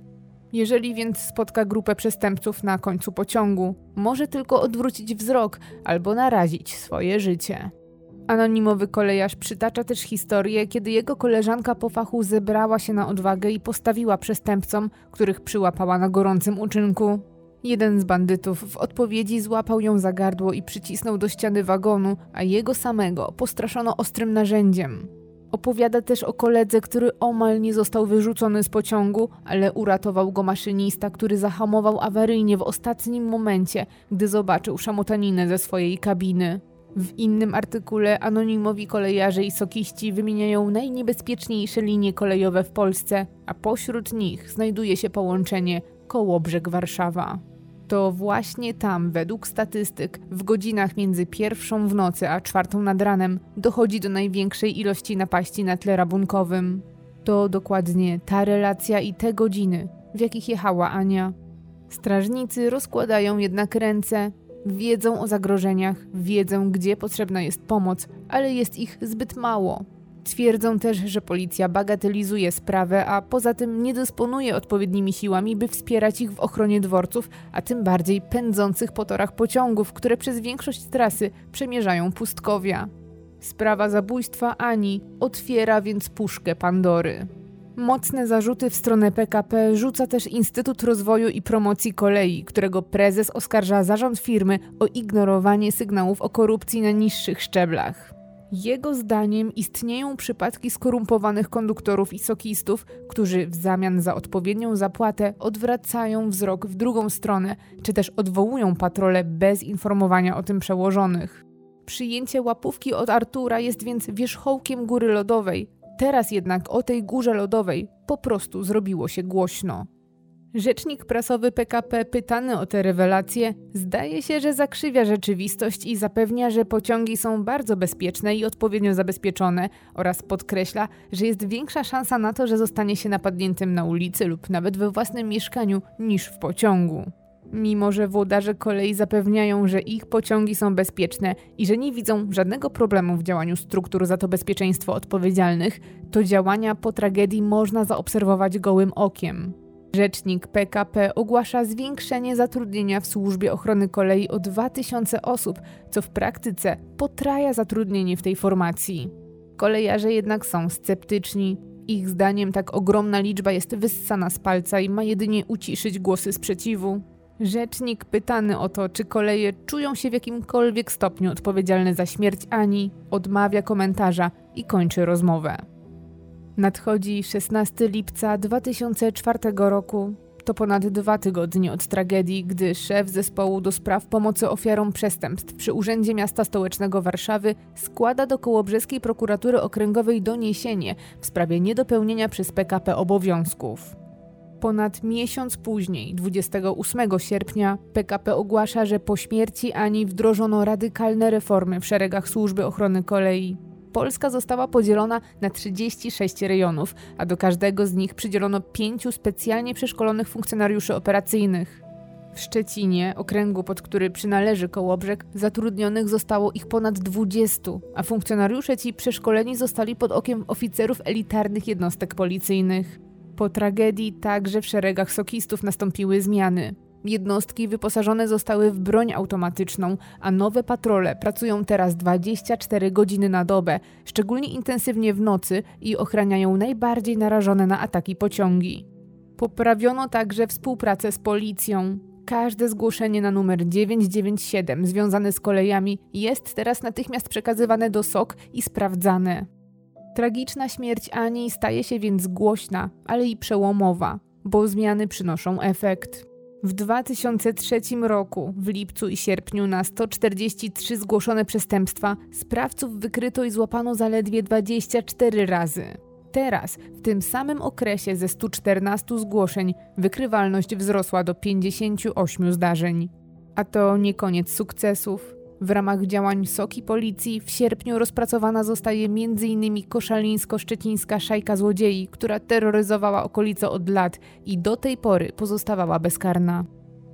Jeżeli więc spotka grupę przestępców na końcu pociągu, może tylko odwrócić wzrok albo narazić swoje życie. Anonimowy kolejarz przytacza też historię, kiedy jego koleżanka po fachu zebrała się na odwagę i postawiła przestępcom, których przyłapała na gorącym uczynku. Jeden z bandytów w odpowiedzi złapał ją za gardło i przycisnął do ściany wagonu, a jego samego postraszono ostrym narzędziem. Opowiada też o koledze, który omal nie został wyrzucony z pociągu, ale uratował go maszynista, który zahamował awaryjnie w ostatnim momencie, gdy zobaczył szamotaninę ze swojej kabiny. W innym artykule anonimowi kolejarze i sokiści wymieniają najniebezpieczniejsze linie kolejowe w Polsce, a pośród nich znajduje się połączenie Kołobrzeg-Warszawa. To właśnie tam, według statystyk, w godzinach między pierwszą w nocy a czwartą nad ranem dochodzi do największej ilości napaści na tle rabunkowym. To dokładnie ta relacja i te godziny, w jakich jechała Ania. Strażnicy rozkładają jednak ręce. Wiedzą o zagrożeniach, wiedzą, gdzie potrzebna jest pomoc, ale jest ich zbyt mało. Twierdzą też, że policja bagatelizuje sprawę, a poza tym nie dysponuje odpowiednimi siłami, by wspierać ich w ochronie dworców, a tym bardziej pędzących po torach pociągów, które przez większość trasy przemierzają pustkowia. Sprawa zabójstwa Ani otwiera więc puszkę Pandory. Mocne zarzuty w stronę P K P rzuca też Instytut Rozwoju i Promocji Kolei, którego prezes oskarża zarząd firmy o ignorowanie sygnałów o korupcji na niższych szczeblach. Jego zdaniem istnieją przypadki skorumpowanych konduktorów i sokistów, którzy w zamian za odpowiednią zapłatę odwracają wzrok w drugą stronę, czy też odwołują patrole bez informowania o tym przełożonych. Przyjęcie łapówki od Artura jest więc wierzchołkiem góry lodowej. Teraz jednak o tej górze lodowej po prostu zrobiło się głośno. Rzecznik prasowy P K P, pytany o te rewelacje, zdaje się, że zakrzywia rzeczywistość i zapewnia, że pociągi są bardzo bezpieczne i odpowiednio zabezpieczone oraz podkreśla, że jest większa szansa na to, że zostanie się napadniętym na ulicy lub nawet we własnym mieszkaniu niż w pociągu. Mimo że włodarze kolei zapewniają, że ich pociągi są bezpieczne i że nie widzą żadnego problemu w działaniu struktur za to bezpieczeństwo odpowiedzialnych, to działania po tragedii można zaobserwować gołym okiem. Rzecznik P K P ogłasza zwiększenie zatrudnienia w służbie ochrony kolei o dwa tysiące osób, co w praktyce potraja zatrudnienie w tej formacji. Kolejarze jednak są sceptyczni. Ich zdaniem tak ogromna liczba jest wyssana z palca i ma jedynie uciszyć głosy sprzeciwu. Rzecznik pytany o to, czy koleje czują się w jakimkolwiek stopniu odpowiedzialne za śmierć Ani, odmawia komentarza i kończy rozmowę. Nadchodzi szesnastego lipca dwa tysiące czwartego roku. To ponad dwa tygodnie od tragedii, gdy szef zespołu do spraw pomocy ofiarom przestępstw przy Urzędzie Miasta Stołecznego Warszawy składa do Kołobrzeskiej Prokuratury Okręgowej doniesienie w sprawie niedopełnienia przez P K P obowiązków. Ponad miesiąc później, dwudziestego ósmego sierpnia, P K P ogłasza, że po śmierci Ani wdrożono radykalne reformy w szeregach Służby Ochrony Kolei. Polska została podzielona na trzydzieści sześć rejonów, a do każdego z nich przydzielono pięciu specjalnie przeszkolonych funkcjonariuszy operacyjnych. W Szczecinie, okręgu, pod który przynależy Kołobrzeg, zatrudnionych zostało ich ponad dwudziestu, a funkcjonariusze ci przeszkoleni zostali pod okiem oficerów elitarnych jednostek policyjnych. Po tragedii także w szeregach sokistów nastąpiły zmiany. Jednostki wyposażone zostały w broń automatyczną, a nowe patrole pracują teraz dwadzieścia cztery godziny na dobę, szczególnie intensywnie w nocy i ochraniają najbardziej narażone na ataki pociągi. Poprawiono także współpracę z policją. Każde zgłoszenie na numer dziewięć dziewięć siedem związane z kolejami jest teraz natychmiast przekazywane do S O K i sprawdzane. Tragiczna śmierć Ani staje się więc głośna, ale i przełomowa, bo zmiany przynoszą efekt. W dwa tysiące trzecim roku, w lipcu i sierpniu na sto czterdzieści trzy zgłoszone przestępstwa, sprawców wykryto i złapano zaledwie dwadzieścia cztery razy. Teraz, w tym samym okresie ze stu czternastu zgłoszeń, wykrywalność wzrosła do pięćdziesięciu ośmiu zdarzeń. A to nie koniec sukcesów. W ramach działań S O K i policji w sierpniu rozpracowana zostaje między innymi koszalińsko-szczecińska szajka złodziei, która terroryzowała okolice od lat i do tej pory pozostawała bezkarna.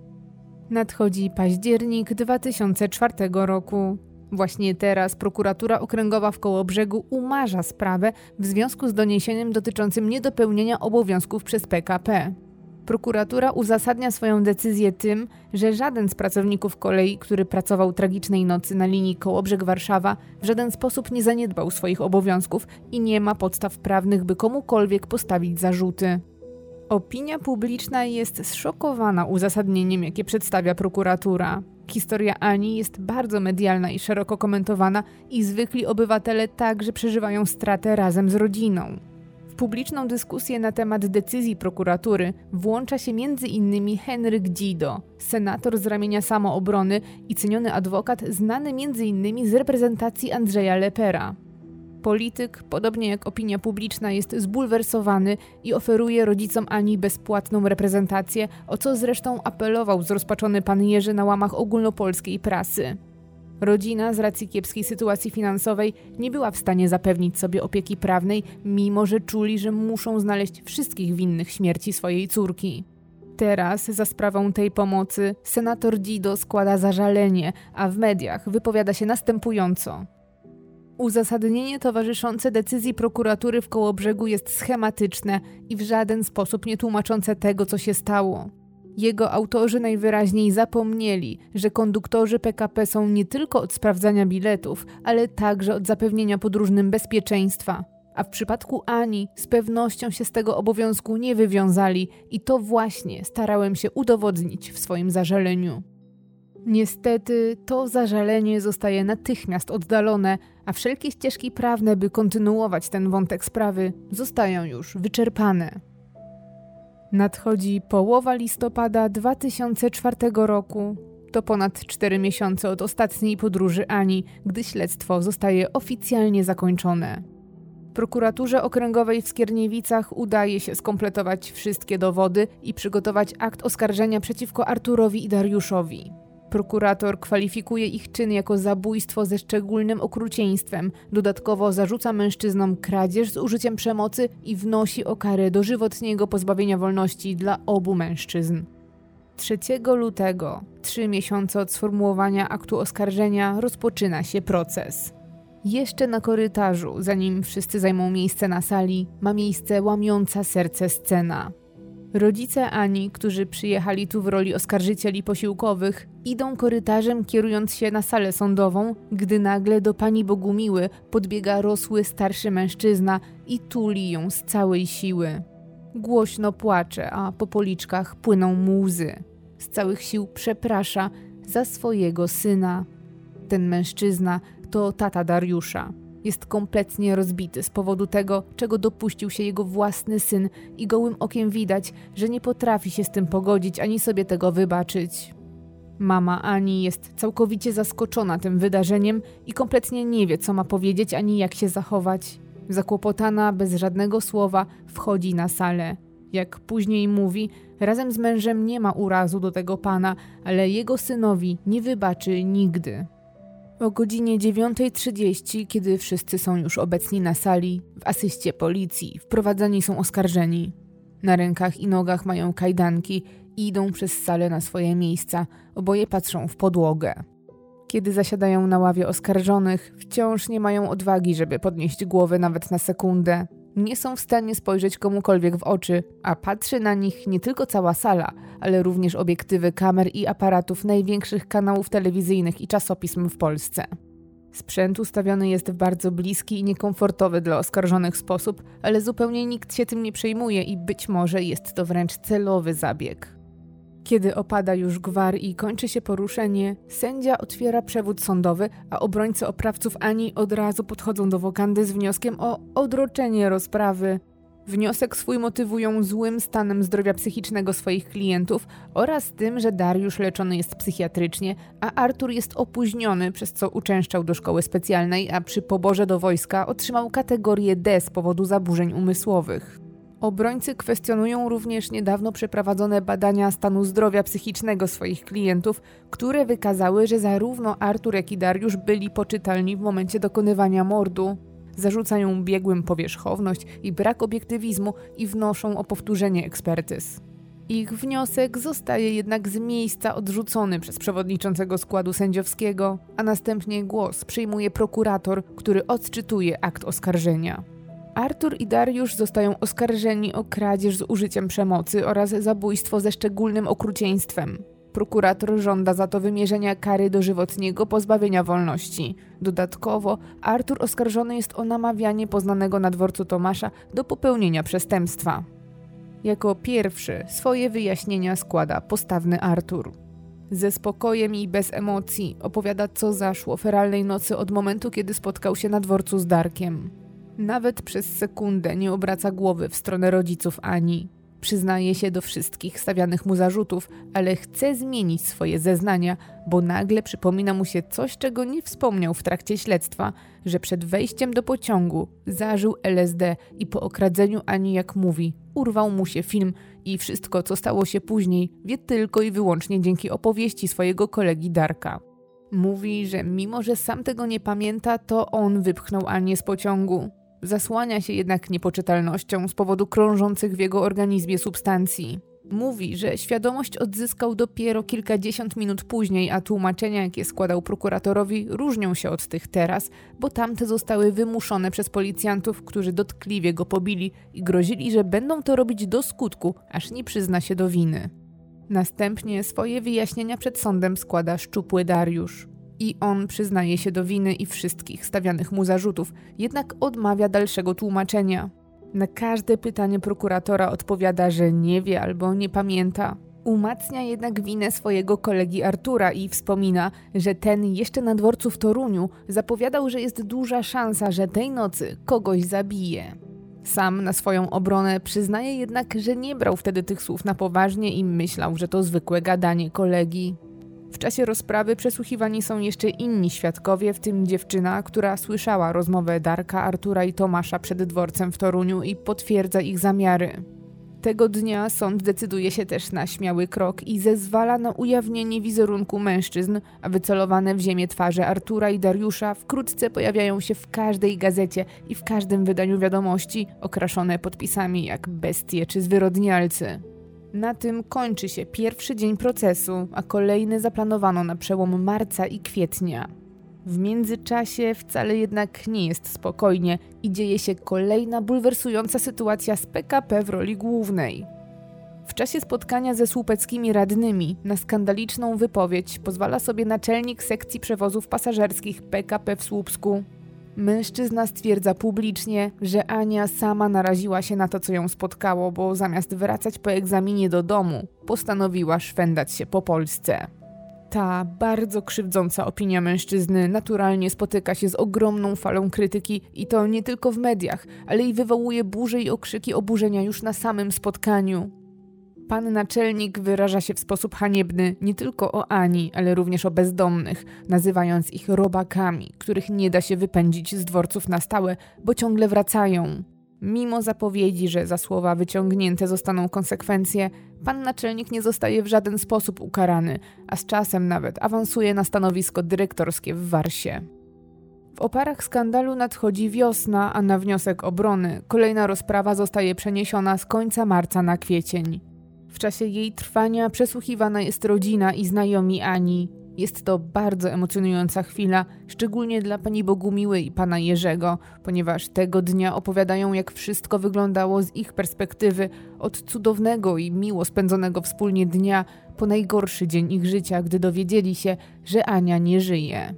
Nadchodzi październik dwa tysiące czwartego roku. Właśnie teraz prokuratura okręgowa w Kołobrzegu umarza sprawę w związku z doniesieniem dotyczącym niedopełnienia obowiązków przez P K P. Prokuratura uzasadnia swoją decyzję tym, że żaden z pracowników kolei, który pracował tragicznej nocy na linii Kołobrzeg-Warszawa, w żaden sposób nie zaniedbał swoich obowiązków i nie ma podstaw prawnych, by komukolwiek postawić zarzuty. Opinia publiczna jest zszokowana uzasadnieniem, jakie przedstawia prokuratura. Historia Ani jest bardzo medialna i szeroko komentowana i zwykli obywatele także przeżywają stratę razem z rodziną. W publiczną dyskusję na temat decyzji prokuratury włącza się między innymi Henryk Dzido, senator z ramienia Samoobrony i ceniony adwokat znany między innymi z reprezentacji Andrzeja Lepera. Polityk, podobnie jak opinia publiczna, jest zbulwersowany i oferuje rodzicom Ani bezpłatną reprezentację, o co zresztą apelował zrozpaczony pan Jerzy na łamach ogólnopolskiej prasy. Rodzina z racji kiepskiej sytuacji finansowej nie była w stanie zapewnić sobie opieki prawnej, mimo że czuli, że muszą znaleźć wszystkich winnych śmierci swojej córki. Teraz za sprawą tej pomocy senator Dzido składa zażalenie, a w mediach wypowiada się następująco. Uzasadnienie towarzyszące decyzji prokuratury w Kołobrzegu jest schematyczne i w żaden sposób nie tłumaczące tego, co się stało. Jego autorzy najwyraźniej zapomnieli, że konduktorzy P K P są nie tylko od sprawdzania biletów, ale także od zapewnienia podróżnym bezpieczeństwa. A w przypadku Ani z pewnością się z tego obowiązku nie wywiązali i to właśnie starałem się udowodnić w swoim zażaleniu. Niestety to zażalenie zostaje natychmiast oddalone, a wszelkie ścieżki prawne, by kontynuować ten wątek sprawy, zostają już wyczerpane. Nadchodzi połowa listopada dwa tysiące czwartego roku. To ponad cztery miesiące od ostatniej podróży Ani, gdy śledztwo zostaje oficjalnie zakończone. Prokuraturze Okręgowej w Skierniewicach udaje się skompletować wszystkie dowody i przygotować akt oskarżenia przeciwko Arturowi i Dariuszowi. Prokurator kwalifikuje ich czyn jako zabójstwo ze szczególnym okrucieństwem. Dodatkowo zarzuca mężczyznom kradzież z użyciem przemocy i wnosi o karę dożywotniego pozbawienia wolności dla obu mężczyzn. trzeciego lutego, trzy miesiące od sformułowania aktu oskarżenia, rozpoczyna się proces. Jeszcze na korytarzu, zanim wszyscy zajmą miejsce na sali, ma miejsce łamiąca serce scena. Rodzice Ani, którzy przyjechali tu w roli oskarżycieli posiłkowych, idą korytarzem kierując się na salę sądową, gdy nagle do pani Bogumiły podbiega rosły starszy mężczyzna i tuli ją z całej siły. Głośno płacze, a po policzkach płyną mu łzy. Z całych sił przeprasza za swojego syna. Ten mężczyzna to tata Dariusza. Jest kompletnie rozbity z powodu tego, czego dopuścił się jego własny syn i gołym okiem widać, że nie potrafi się z tym pogodzić ani sobie tego wybaczyć. Mama Ani jest całkowicie zaskoczona tym wydarzeniem i kompletnie nie wie, co ma powiedzieć ani jak się zachować. Zakłopotana, bez żadnego słowa, wchodzi na salę. Jak później mówi, razem z mężem nie ma urazu do tego pana, ale jego synowi nie wybaczy nigdy. O godzinie dziewiątej trzydzieści, kiedy wszyscy są już obecni na sali, w asyście policji wprowadzani są oskarżeni. Na rękach i nogach mają kajdanki i idą przez salę na swoje miejsca, oboje patrzą w podłogę. Kiedy zasiadają na ławie oskarżonych, wciąż nie mają odwagi, żeby podnieść głowy nawet na sekundę. Nie są w stanie spojrzeć komukolwiek w oczy, a patrzy na nich nie tylko cała sala, ale również obiektywy kamer i aparatów największych kanałów telewizyjnych i czasopism w Polsce. Sprzęt ustawiony jest w bardzo bliski i niekomfortowy dla oskarżonych sposób, ale zupełnie nikt się tym nie przejmuje i być może jest to wręcz celowy zabieg. Kiedy opada już gwar i kończy się poruszenie, sędzia otwiera przewód sądowy, a obrońcy oprawców Ani od razu podchodzą do wokandy z wnioskiem o odroczenie rozprawy. Wniosek swój motywują złym stanem zdrowia psychicznego swoich klientów oraz tym, że Dariusz leczony jest psychiatrycznie, a Artur jest opóźniony, przez co uczęszczał do szkoły specjalnej, a przy poborze do wojska otrzymał kategorię D z powodu zaburzeń umysłowych. Obrońcy kwestionują również niedawno przeprowadzone badania stanu zdrowia psychicznego swoich klientów, które wykazały, że zarówno Artur, jak i Dariusz byli poczytalni w momencie dokonywania mordu. Zarzucają biegłym powierzchowność i brak obiektywizmu i wnoszą o powtórzenie ekspertyz. Ich wniosek zostaje jednak z miejsca odrzucony przez przewodniczącego składu sędziowskiego, a następnie głos przyjmuje prokurator, który odczytuje akt oskarżenia. Artur i Dariusz zostają oskarżeni o kradzież z użyciem przemocy oraz zabójstwo ze szczególnym okrucieństwem. Prokurator żąda za to wymierzenia kary dożywotniego pozbawienia wolności. Dodatkowo Artur oskarżony jest o namawianie poznanego na dworcu Tomasza do popełnienia przestępstwa. Jako pierwszy swoje wyjaśnienia składa postawny Artur. Ze spokojem i bez emocji opowiada, co zaszło feralnej nocy od momentu, kiedy spotkał się na dworcu z Darkiem. Nawet przez sekundę nie obraca głowy w stronę rodziców Ani. Przyznaje się do wszystkich stawianych mu zarzutów, ale chce zmienić swoje zeznania, bo nagle przypomina mu się coś, czego nie wspomniał w trakcie śledztwa, że przed wejściem do pociągu zażył L S D i po okradzeniu Ani, jak mówi, urwał mu się film i wszystko, co stało się później, wie tylko i wyłącznie dzięki opowieści swojego kolegi Darka. Mówi, że mimo, że sam tego nie pamięta, to on wypchnął Anię z pociągu. Zasłania się jednak niepoczytalnością z powodu krążących w jego organizmie substancji. Mówi, że świadomość odzyskał dopiero kilkadziesiąt minut później, a tłumaczenia, jakie składał prokuratorowi, różnią się od tych teraz, bo tamte zostały wymuszone przez policjantów, którzy dotkliwie go pobili i grozili, że będą to robić do skutku, aż nie przyzna się do winy. Następnie swoje wyjaśnienia przed sądem składa szczupły Dariusz. I on przyznaje się do winy i wszystkich stawianych mu zarzutów, jednak odmawia dalszego tłumaczenia. Na każde pytanie prokuratora odpowiada, że nie wie albo nie pamięta. Umacnia jednak winę swojego kolegi Artura i wspomina, że ten jeszcze na dworcu w Toruniu zapowiadał, że jest duża szansa, że tej nocy kogoś zabije. Sam na swoją obronę przyznaje jednak, że nie brał wtedy tych słów na poważnie i myślał, że to zwykłe gadanie kolegi. W czasie rozprawy przesłuchiwani są jeszcze inni świadkowie, w tym dziewczyna, która słyszała rozmowę Darka, Artura i Tomasza przed dworcem w Toruniu i potwierdza ich zamiary. Tego dnia sąd decyduje się też na śmiały krok i zezwala na ujawnienie wizerunku mężczyzn, a wycelowane w ziemię twarze Artura i Dariusza wkrótce pojawiają się w każdej gazecie i w każdym wydaniu wiadomości, okraszone podpisami jak bestie czy zwyrodnialcy. Na tym kończy się pierwszy dzień procesu, a kolejny zaplanowano na przełom marca i kwietnia. W międzyczasie wcale jednak nie jest spokojnie i dzieje się kolejna bulwersująca sytuacja z P K P w roli głównej. W czasie spotkania ze słupeckimi radnymi na skandaliczną wypowiedź pozwala sobie naczelnik sekcji przewozów pasażerskich P K P w Słupsku. Mężczyzna stwierdza publicznie, że Ania sama naraziła się na to, co ją spotkało, bo zamiast wracać po egzaminie do domu, postanowiła szwendać się po Polsce. Ta bardzo krzywdząca opinia mężczyzny naturalnie spotyka się z ogromną falą krytyki i to nie tylko w mediach, ale i wywołuje burzę i okrzyki oburzenia już na samym spotkaniu. Pan naczelnik wyraża się w sposób haniebny nie tylko o Ani, ale również o bezdomnych, nazywając ich robakami, których nie da się wypędzić z dworców na stałe, bo ciągle wracają. Mimo zapowiedzi, że za słowa wyciągnięte zostaną konsekwencje, pan naczelnik nie zostaje w żaden sposób ukarany, a z czasem nawet awansuje na stanowisko dyrektorskie w Warsie. W oparach skandalu nadchodzi wiosna, a na wniosek obrony kolejna rozprawa zostaje przeniesiona z końca marca na kwiecień. W czasie jej trwania przesłuchiwana jest rodzina i znajomi Ani. Jest to bardzo emocjonująca chwila, szczególnie dla pani Bogumiły i pana Jerzego, ponieważ tego dnia opowiadają, jak wszystko wyglądało z ich perspektywy, od cudownego i miło spędzonego wspólnie dnia po najgorszy dzień ich życia, gdy dowiedzieli się, że Ania nie żyje.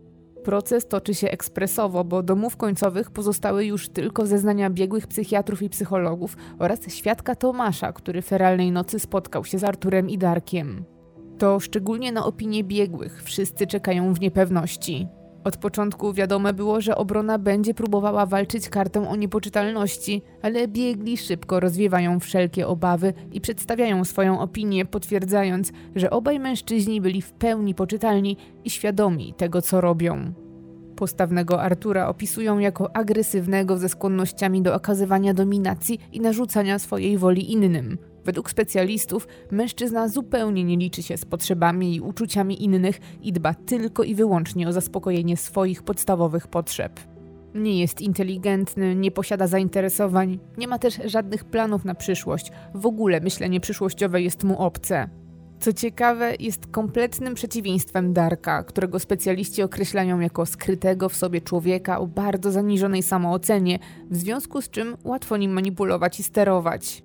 Proces toczy się ekspresowo, bo do mów końcowych pozostały już tylko zeznania biegłych psychiatrów i psychologów oraz świadka Tomasza, który feralnej nocy spotkał się z Arturem i Darkiem. To szczególnie na opinię biegłych wszyscy czekają w niepewności. Od początku wiadome było, że obrona będzie próbowała walczyć kartą o niepoczytalności, ale biegli szybko rozwiewają wszelkie obawy i przedstawiają swoją opinię, potwierdzając, że obaj mężczyźni byli w pełni poczytalni i świadomi tego, co robią. Postawnego Artura opisują jako agresywnego ze skłonnościami do okazywania dominacji i narzucania swojej woli innym. Według specjalistów mężczyzna zupełnie nie liczy się z potrzebami i uczuciami innych i dba tylko i wyłącznie o zaspokojenie swoich podstawowych potrzeb. Nie jest inteligentny, nie posiada zainteresowań, nie ma też żadnych planów na przyszłość. W ogóle myślenie przyszłościowe jest mu obce. Co ciekawe, jest kompletnym przeciwieństwem Darka, którego specjaliści określają jako skrytego w sobie człowieka o bardzo zaniżonej samoocenie, w związku z czym łatwo nim manipulować i sterować.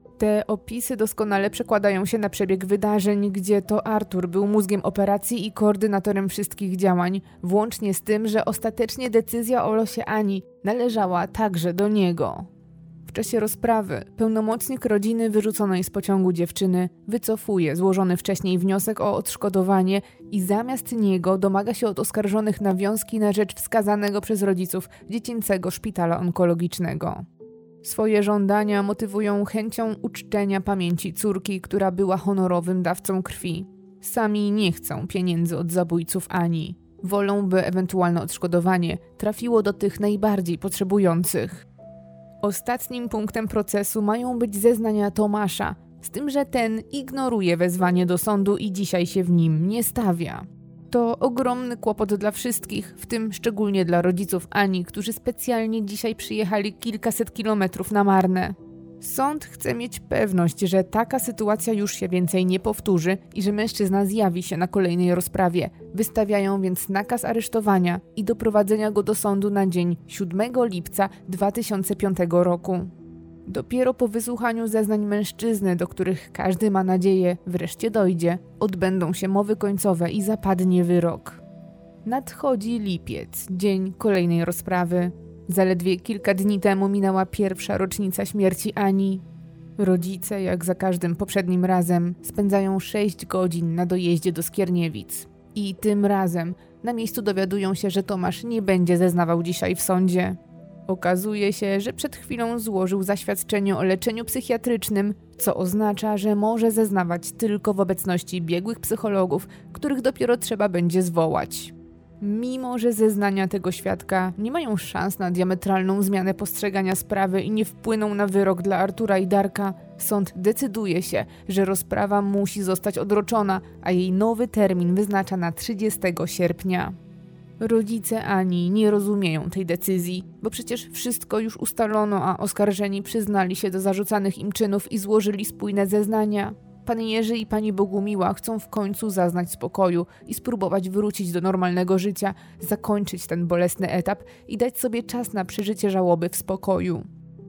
Te opisy doskonale przekładają się na przebieg wydarzeń, gdzie to Artur był mózgiem operacji i koordynatorem wszystkich działań, włącznie z tym, że ostatecznie decyzja o losie Ani należała także do niego. W czasie rozprawy pełnomocnik rodziny wyrzuconej z pociągu dziewczyny wycofuje złożony wcześniej wniosek o odszkodowanie i zamiast niego domaga się od oskarżonych nawiązki na rzecz wskazanego przez rodziców dziecięcego szpitala onkologicznego. Swoje żądania motywują chęcią uczczenia pamięci córki, która była honorowym dawcą krwi. Sami nie chcą pieniędzy od zabójców Ani. Wolą, by ewentualne odszkodowanie trafiło do tych najbardziej potrzebujących. Ostatnim punktem procesu mają być zeznania Tomasza, z tym, że ten ignoruje wezwanie do sądu i dzisiaj się w nim nie stawia. To ogromny kłopot dla wszystkich, w tym szczególnie dla rodziców Ani, którzy specjalnie dzisiaj przyjechali kilkaset kilometrów na Marne. Sąd chce mieć pewność, że taka sytuacja już się więcej nie powtórzy i że mężczyzna zjawi się na kolejnej rozprawie. Wystawiają więc nakaz aresztowania i doprowadzenia go do sądu na dzień siódmego lipca dwa tysiące piątego roku. Dopiero po wysłuchaniu zeznań mężczyzny, do których każdy ma nadzieję wreszcie dojdzie, odbędą się mowy końcowe i zapadnie wyrok. Nadchodzi lipiec, dzień kolejnej rozprawy. Zaledwie kilka dni temu minęła pierwsza rocznica śmierci Ani. Rodzice, jak za każdym poprzednim razem, spędzają sześć godzin na dojeździe do Skierniewic. I tym razem na miejscu dowiadują się, że Tomasz nie będzie zeznawał dzisiaj w sądzie. Okazuje się, że przed chwilą złożył zaświadczenie o leczeniu psychiatrycznym, co oznacza, że może zeznawać tylko w obecności biegłych psychologów, których dopiero trzeba będzie zwołać. Mimo że zeznania tego świadka nie mają szans na diametralną zmianę postrzegania sprawy i nie wpłyną na wyrok dla Artura i Darka, sąd decyduje się, że rozprawa musi zostać odroczona, a jej nowy termin wyznacza na trzydziestego sierpnia. Rodzice Ani nie rozumieją tej decyzji, bo przecież wszystko już ustalono, a oskarżeni przyznali się do zarzucanych im czynów i złożyli spójne zeznania. Pan Jerzy i pani Bogumiła chcą w końcu zaznać spokoju i spróbować wrócić do normalnego życia, zakończyć ten bolesny etap i dać sobie czas na przeżycie żałoby w spokoju.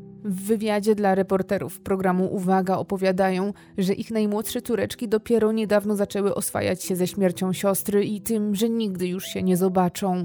W wywiadzie dla reporterów programu Uwaga opowiadają, że ich najmłodsze córeczki dopiero niedawno zaczęły oswajać się ze śmiercią siostry i tym, że nigdy już się nie zobaczą.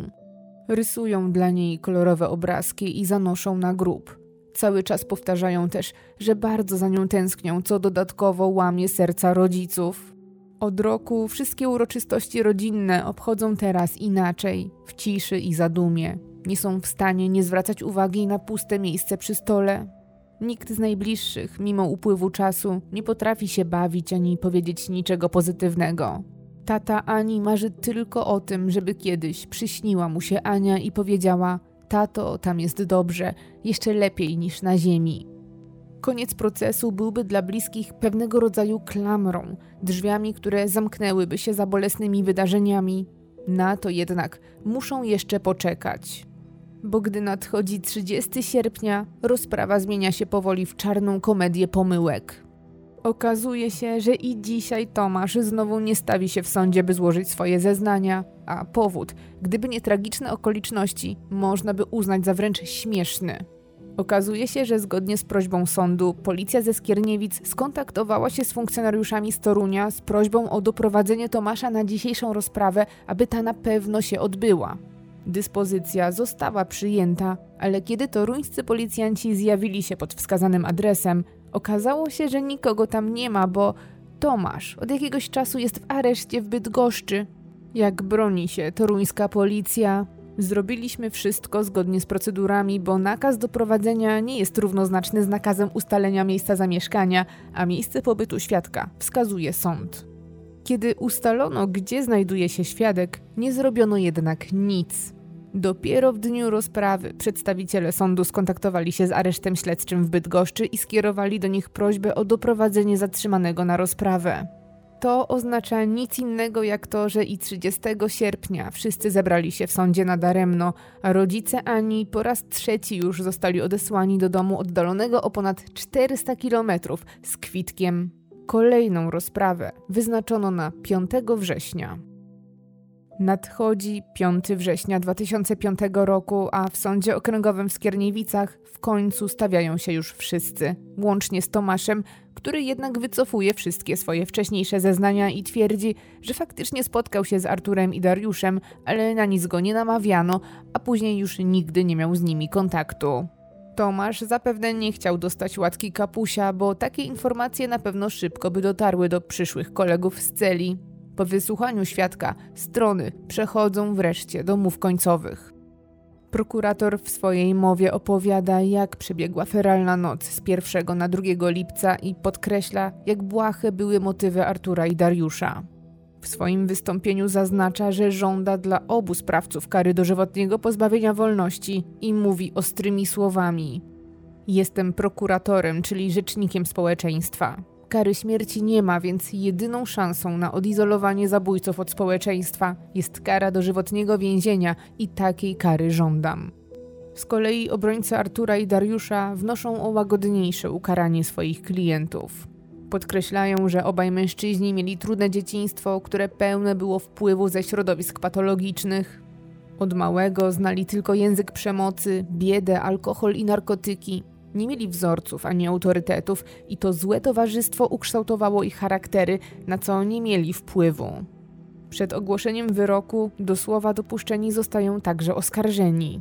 Rysują dla niej kolorowe obrazki i zanoszą na grób. Cały czas powtarzają też, że bardzo za nią tęsknią, co dodatkowo łamie serca rodziców. Od roku wszystkie uroczystości rodzinne obchodzą teraz inaczej, w ciszy i zadumie. Nie są w stanie nie zwracać uwagi na puste miejsce przy stole. Nikt z najbliższych, mimo upływu czasu, nie potrafi się bawić ani powiedzieć niczego pozytywnego. Tata Ani marzy tylko o tym, żeby kiedyś przyśniła mu się Ania i powiedziała: tato, tam jest dobrze, jeszcze lepiej niż na ziemi. Koniec procesu byłby dla bliskich pewnego rodzaju klamrą, drzwiami, które zamknęłyby się za bolesnymi wydarzeniami. Na to jednak muszą jeszcze poczekać. Bo gdy nadchodzi trzydziestego sierpnia, rozprawa zmienia się powoli w czarną komedię pomyłek. Okazuje się, że i dzisiaj Tomasz znowu nie stawi się w sądzie, by złożyć swoje zeznania, a powód, gdyby nie tragiczne okoliczności, można by uznać za wręcz śmieszny. Okazuje się, że zgodnie z prośbą sądu, policja ze Skierniewic skontaktowała się z funkcjonariuszami z Torunia z prośbą o doprowadzenie Tomasza na dzisiejszą rozprawę, aby ta na pewno się odbyła. Dyspozycja została przyjęta, ale kiedy toruńscy policjanci zjawili się pod wskazanym adresem, okazało się, że nikogo tam nie ma, bo Tomasz od jakiegoś czasu jest w areszcie w Bydgoszczy. Jak broni się toruńska policja? Zrobiliśmy wszystko zgodnie z procedurami, bo nakaz doprowadzenia nie jest równoznaczny z nakazem ustalenia miejsca zamieszkania, a miejsce pobytu świadka wskazuje sąd. Kiedy ustalono, gdzie znajduje się świadek, nie zrobiono jednak nic. Dopiero w dniu rozprawy przedstawiciele sądu skontaktowali się z aresztem śledczym w Bydgoszczy i skierowali do nich prośbę o doprowadzenie zatrzymanego na rozprawę. To oznacza nic innego jak to, że i trzydziestego sierpnia wszyscy zebrali się w sądzie nadaremno, a rodzice Ani po raz trzeci już zostali odesłani do domu oddalonego o ponad czterysta kilometrów z kwitkiem. Kolejną rozprawę wyznaczono na piątego września. Nadchodzi piątego września dwa tysiące piątego roku, a w Sądzie Okręgowym w Skierniewicach w końcu stawiają się już wszyscy, łącznie z Tomaszem, który jednak wycofuje wszystkie swoje wcześniejsze zeznania i twierdzi, że faktycznie spotkał się z Arturem i Dariuszem, ale na nic go nie namawiano, a później już nigdy nie miał z nimi kontaktu. Tomasz zapewne nie chciał dostać łatki kapusia, bo takie informacje na pewno szybko by dotarły do przyszłych kolegów z celi. Po wysłuchaniu świadka strony przechodzą wreszcie do mów końcowych. Prokurator w swojej mowie opowiada, jak przebiegła feralna noc z pierwszego na drugiego lipca i podkreśla, jak błahe były motywy Artura i Dariusza. W swoim wystąpieniu zaznacza, że żąda dla obu sprawców kary dożywotniego pozbawienia wolności i mówi ostrymi słowami: jestem prokuratorem, czyli rzecznikiem społeczeństwa. Kary śmierci nie ma, więc jedyną szansą na odizolowanie zabójców od społeczeństwa jest kara dożywotniego więzienia i takiej kary żądam. Z kolei obrońcy Artura i Dariusza wnoszą o łagodniejsze ukaranie swoich klientów. Podkreślają, że obaj mężczyźni mieli trudne dzieciństwo, które pełne było wpływu ze środowisk patologicznych. Od małego znali tylko język przemocy, biedę, alkohol i narkotyki. Nie mieli wzorców ani autorytetów i to złe towarzystwo ukształtowało ich charaktery, na co nie mieli wpływu. Przed ogłoszeniem wyroku do słowa dopuszczeni zostają także oskarżeni.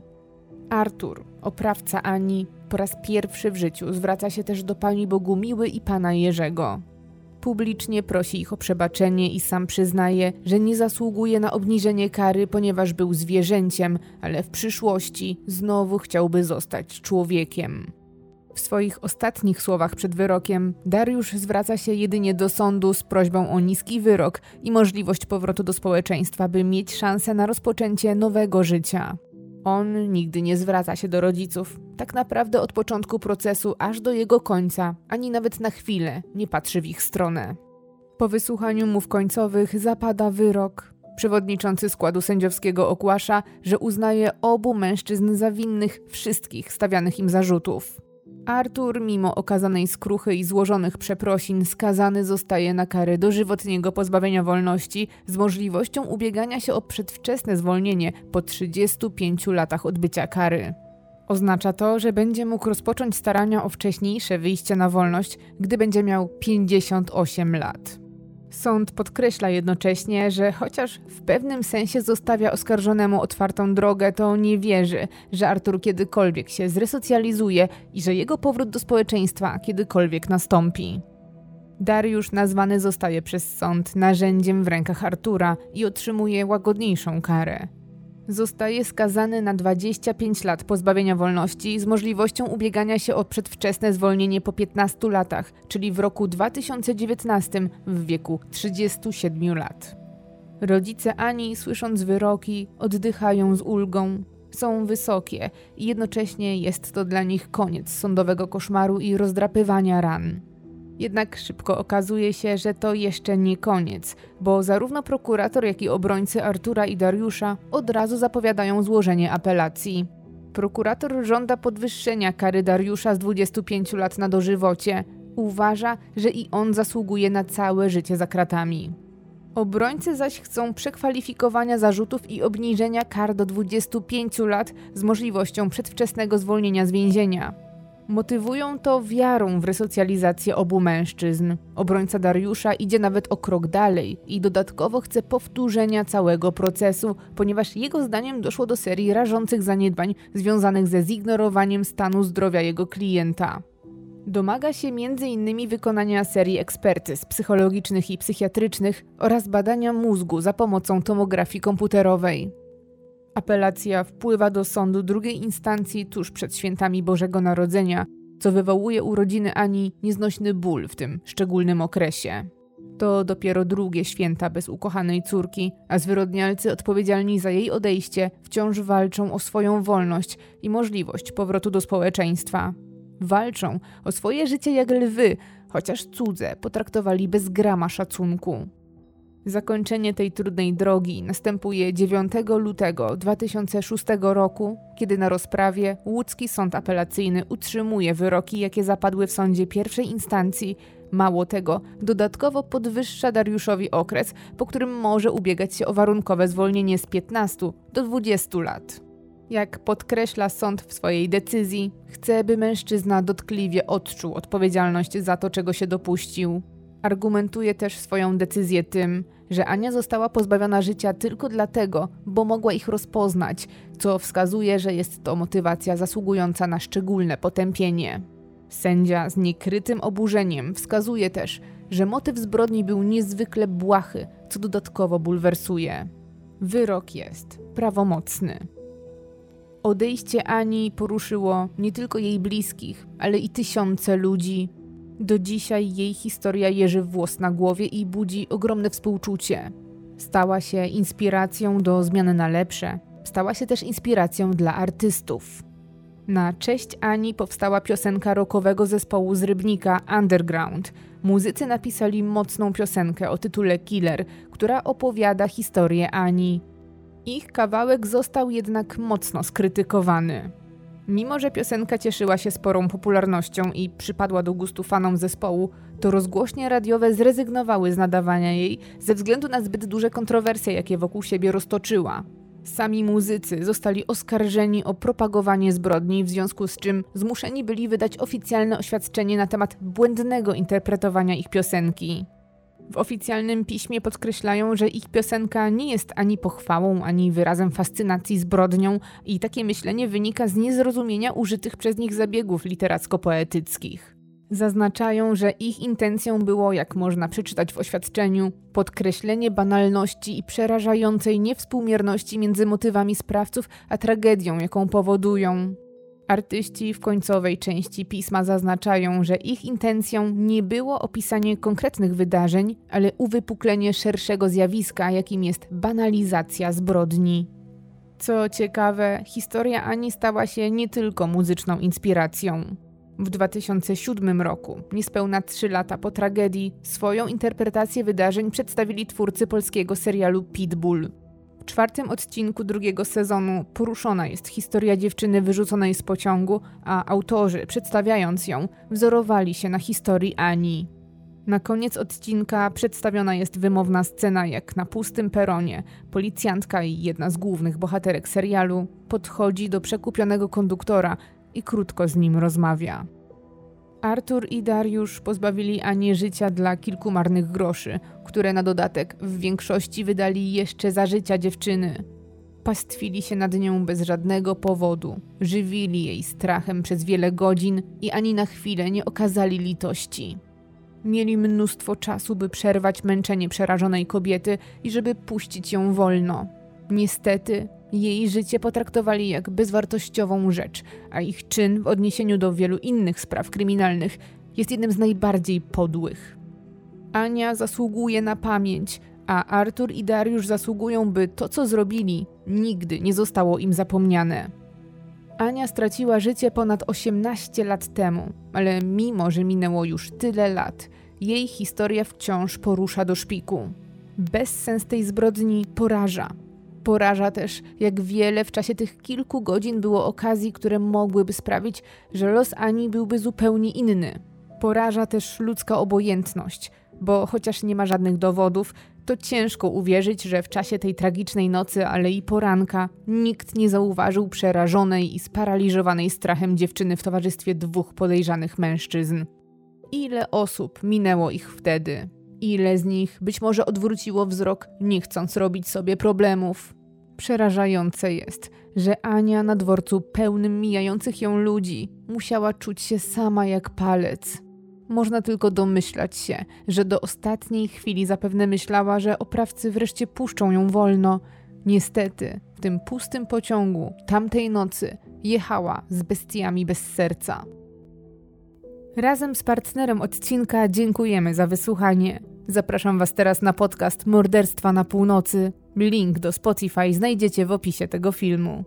Artur, oprawca Ani, po raz pierwszy w życiu zwraca się też do Pani Bogumiły i Pana Jerzego. Publicznie prosi ich o przebaczenie i sam przyznaje, że nie zasługuje na obniżenie kary, ponieważ był zwierzęciem, ale w przyszłości znowu chciałby zostać człowiekiem. W swoich ostatnich słowach przed wyrokiem Dariusz zwraca się jedynie do sądu z prośbą o niski wyrok i możliwość powrotu do społeczeństwa, by mieć szansę na rozpoczęcie nowego życia. On nigdy nie zwraca się do rodziców. Tak naprawdę od początku procesu aż do jego końca, ani nawet na chwilę nie patrzy w ich stronę. Po wysłuchaniu mów końcowych zapada wyrok. Przewodniczący składu sędziowskiego ogłasza, że uznaje obu mężczyzn za winnych wszystkich stawianych im zarzutów. Artur, mimo okazanej skruchy i złożonych przeprosin, skazany zostaje na karę dożywotniego pozbawienia wolności z możliwością ubiegania się o przedwczesne zwolnienie po trzydziestu pięciu latach odbycia kary. Oznacza to, że będzie mógł rozpocząć starania o wcześniejsze wyjście na wolność, gdy będzie miał pięćdziesiąt osiem lat. Sąd podkreśla jednocześnie, że chociaż w pewnym sensie zostawia oskarżonemu otwartą drogę, to nie wierzy, że Artur kiedykolwiek się zresocjalizuje i że jego powrót do społeczeństwa kiedykolwiek nastąpi. Dariusz nazwany zostaje przez sąd narzędziem w rękach Artura i otrzymuje łagodniejszą karę. Zostaje skazany na dwadzieścia pięć lat pozbawienia wolności z możliwością ubiegania się o przedwczesne zwolnienie po piętnastu latach, czyli w roku dwa tysiące dziewiętnastym w wieku trzydziestu siedmiu lat. Rodzice Ani, słysząc wyroki, oddychają z ulgą. Są wysokie i jednocześnie jest to dla nich koniec sądowego koszmaru i rozdrapywania ran. Jednak szybko okazuje się, że to jeszcze nie koniec, bo zarówno prokurator, jak i obrońcy Artura i Dariusza od razu zapowiadają złożenie apelacji. Prokurator żąda podwyższenia kary Dariusza z dwudziestu pięciu lat na dożywocie. Uważa, że i on zasługuje na całe życie za kratami. Obrońcy zaś chcą przekwalifikowania zarzutów i obniżenia kar do dwudziestu pięciu lat z możliwością przedwczesnego zwolnienia z więzienia. Motywują to wiarą w resocjalizację obu mężczyzn. Obrońca Dariusza idzie nawet o krok dalej i dodatkowo chce powtórzenia całego procesu, ponieważ jego zdaniem doszło do serii rażących zaniedbań związanych ze zignorowaniem stanu zdrowia jego klienta. Domaga się między innymi wykonania serii ekspertyz psychologicznych i psychiatrycznych oraz badania mózgu za pomocą tomografii komputerowej. Apelacja wpływa do sądu drugiej instancji tuż przed świętami Bożego Narodzenia, co wywołuje u rodziny Ani nieznośny ból w tym szczególnym okresie. To dopiero drugie święta bez ukochanej córki, a zwyrodnialcy odpowiedzialni za jej odejście wciąż walczą o swoją wolność i możliwość powrotu do społeczeństwa. Walczą o swoje życie jak lwy, chociaż cudze potraktowali bez grama szacunku. Zakończenie tej trudnej drogi następuje dziewiątego lutego dwa tysiące szóstego roku, kiedy na rozprawie łódzki sąd apelacyjny utrzymuje wyroki, jakie zapadły w sądzie pierwszej instancji, Mało tego, dodatkowo podwyższa Dariuszowi okres, po którym może ubiegać się o warunkowe zwolnienie z piętnastu do dwudziestu lat. Jak podkreśla sąd w swojej decyzji, chce, by mężczyzna dotkliwie odczuł odpowiedzialność za to, czego się dopuścił. Argumentuje też swoją decyzję tym, że Ania została pozbawiona życia tylko dlatego, bo mogła ich rozpoznać, co wskazuje, że jest to motywacja zasługująca na szczególne potępienie. Sędzia z niekrytym oburzeniem wskazuje też, że motyw zbrodni był niezwykle błahy, co dodatkowo bulwersuje. Wyrok jest prawomocny. Odejście Ani poruszyło nie tylko jej bliskich, ale i tysiące ludzi. Do dzisiaj jej historia jeży włos na głowie i budzi ogromne współczucie. Stała się inspiracją do zmiany na lepsze. Stała się też inspiracją dla artystów. Na cześć Ani powstała piosenka rockowego zespołu z Rybnika Underground. Muzycy napisali mocną piosenkę o tytule Killer, która opowiada historię Ani. Ich kawałek został jednak mocno skrytykowany. Mimo że piosenka cieszyła się sporą popularnością i przypadła do gustu fanom zespołu, to rozgłośnie radiowe zrezygnowały z nadawania jej ze względu na zbyt duże kontrowersje, jakie wokół siebie roztoczyła. Sami muzycy zostali oskarżeni o propagowanie zbrodni, w związku z czym zmuszeni byli wydać oficjalne oświadczenie na temat błędnego interpretowania ich piosenki. W oficjalnym piśmie podkreślają, że ich piosenka nie jest ani pochwałą, ani wyrazem fascynacji zbrodnią i takie myślenie wynika z niezrozumienia użytych przez nich zabiegów literacko-poetyckich. Zaznaczają, że ich intencją było, jak można przeczytać w oświadczeniu, podkreślenie banalności i przerażającej niewspółmierności między motywami sprawców a tragedią, jaką powodują. Artyści w końcowej części pisma zaznaczają, że ich intencją nie było opisanie konkretnych wydarzeń, ale uwypuklenie szerszego zjawiska, jakim jest banalizacja zbrodni. Co ciekawe, historia Ani stała się nie tylko muzyczną inspiracją. W dwa tysiące siódmym roku, niespełna trzy lata po tragedii, swoją interpretację wydarzeń przedstawili twórcy polskiego serialu Pitbull. W czwartym odcinku drugiego sezonu poruszona jest historia dziewczyny wyrzuconej z pociągu, a autorzy, przedstawiając ją, wzorowali się na historii Ani. Na koniec odcinka przedstawiona jest wymowna scena, jak na pustym peronie policjantka i jedna z głównych bohaterek serialu podchodzi do przekupionego konduktora i krótko z nim rozmawia. Artur i Dariusz pozbawili Anię życia dla kilku marnych groszy, które na dodatek w większości wydali jeszcze za życia dziewczyny. Pastwili się nad nią bez żadnego powodu, żywili jej strachem przez wiele godzin i ani na chwilę nie okazali litości. Mieli mnóstwo czasu, by przerwać męczenie przerażonej kobiety i żeby puścić ją wolno. Niestety, jej życie potraktowali jak bezwartościową rzecz, a ich czyn w odniesieniu do wielu innych spraw kryminalnych jest jednym z najbardziej podłych. Ania zasługuje na pamięć, a Artur i Dariusz zasługują, by to, co zrobili, nigdy nie zostało im zapomniane. Ania straciła życie ponad osiemnaście lat temu, ale mimo, że minęło już tyle lat, jej historia wciąż porusza do szpiku. Bezsens tej zbrodni poraża. Poraża też, jak wiele w czasie tych kilku godzin było okazji, które mogłyby sprawić, że los Ani byłby zupełnie inny. Poraża też ludzka obojętność, bo chociaż nie ma żadnych dowodów, to ciężko uwierzyć, że w czasie tej tragicznej nocy, ale i poranka, nikt nie zauważył przerażonej i sparaliżowanej strachem dziewczyny w towarzystwie dwóch podejrzanych mężczyzn. Ile osób minęło ich wtedy? Ile z nich być może odwróciło wzrok, nie chcąc robić sobie problemów? Przerażające jest, że Ania na dworcu pełnym mijających ją ludzi musiała czuć się sama jak palec. Można tylko domyślać się, że do ostatniej chwili zapewne myślała, że oprawcy wreszcie puszczą ją wolno. Niestety, w tym pustym pociągu tamtej nocy jechała z bestiami bez serca. Razem z partnerem odcinka dziękujemy za wysłuchanie. Zapraszam Was teraz na podcast Morderstwa na północy. Link do Spotify znajdziecie w opisie tego filmu.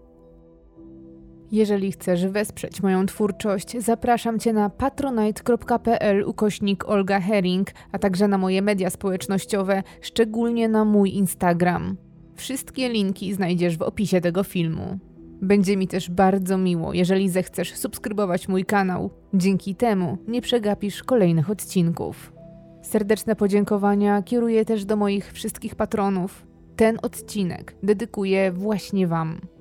Jeżeli chcesz wesprzeć moją twórczość, zapraszam Cię na patronite.pl ukośnik Olga Hering, a także na moje media społecznościowe, szczególnie na mój Instagram. Wszystkie linki znajdziesz w opisie tego filmu. Będzie mi też bardzo miło, jeżeli zechcesz subskrybować mój kanał. Dzięki temu nie przegapisz kolejnych odcinków. Serdeczne podziękowania kieruję też do moich wszystkich patronów. Ten odcinek dedykuję właśnie Wam.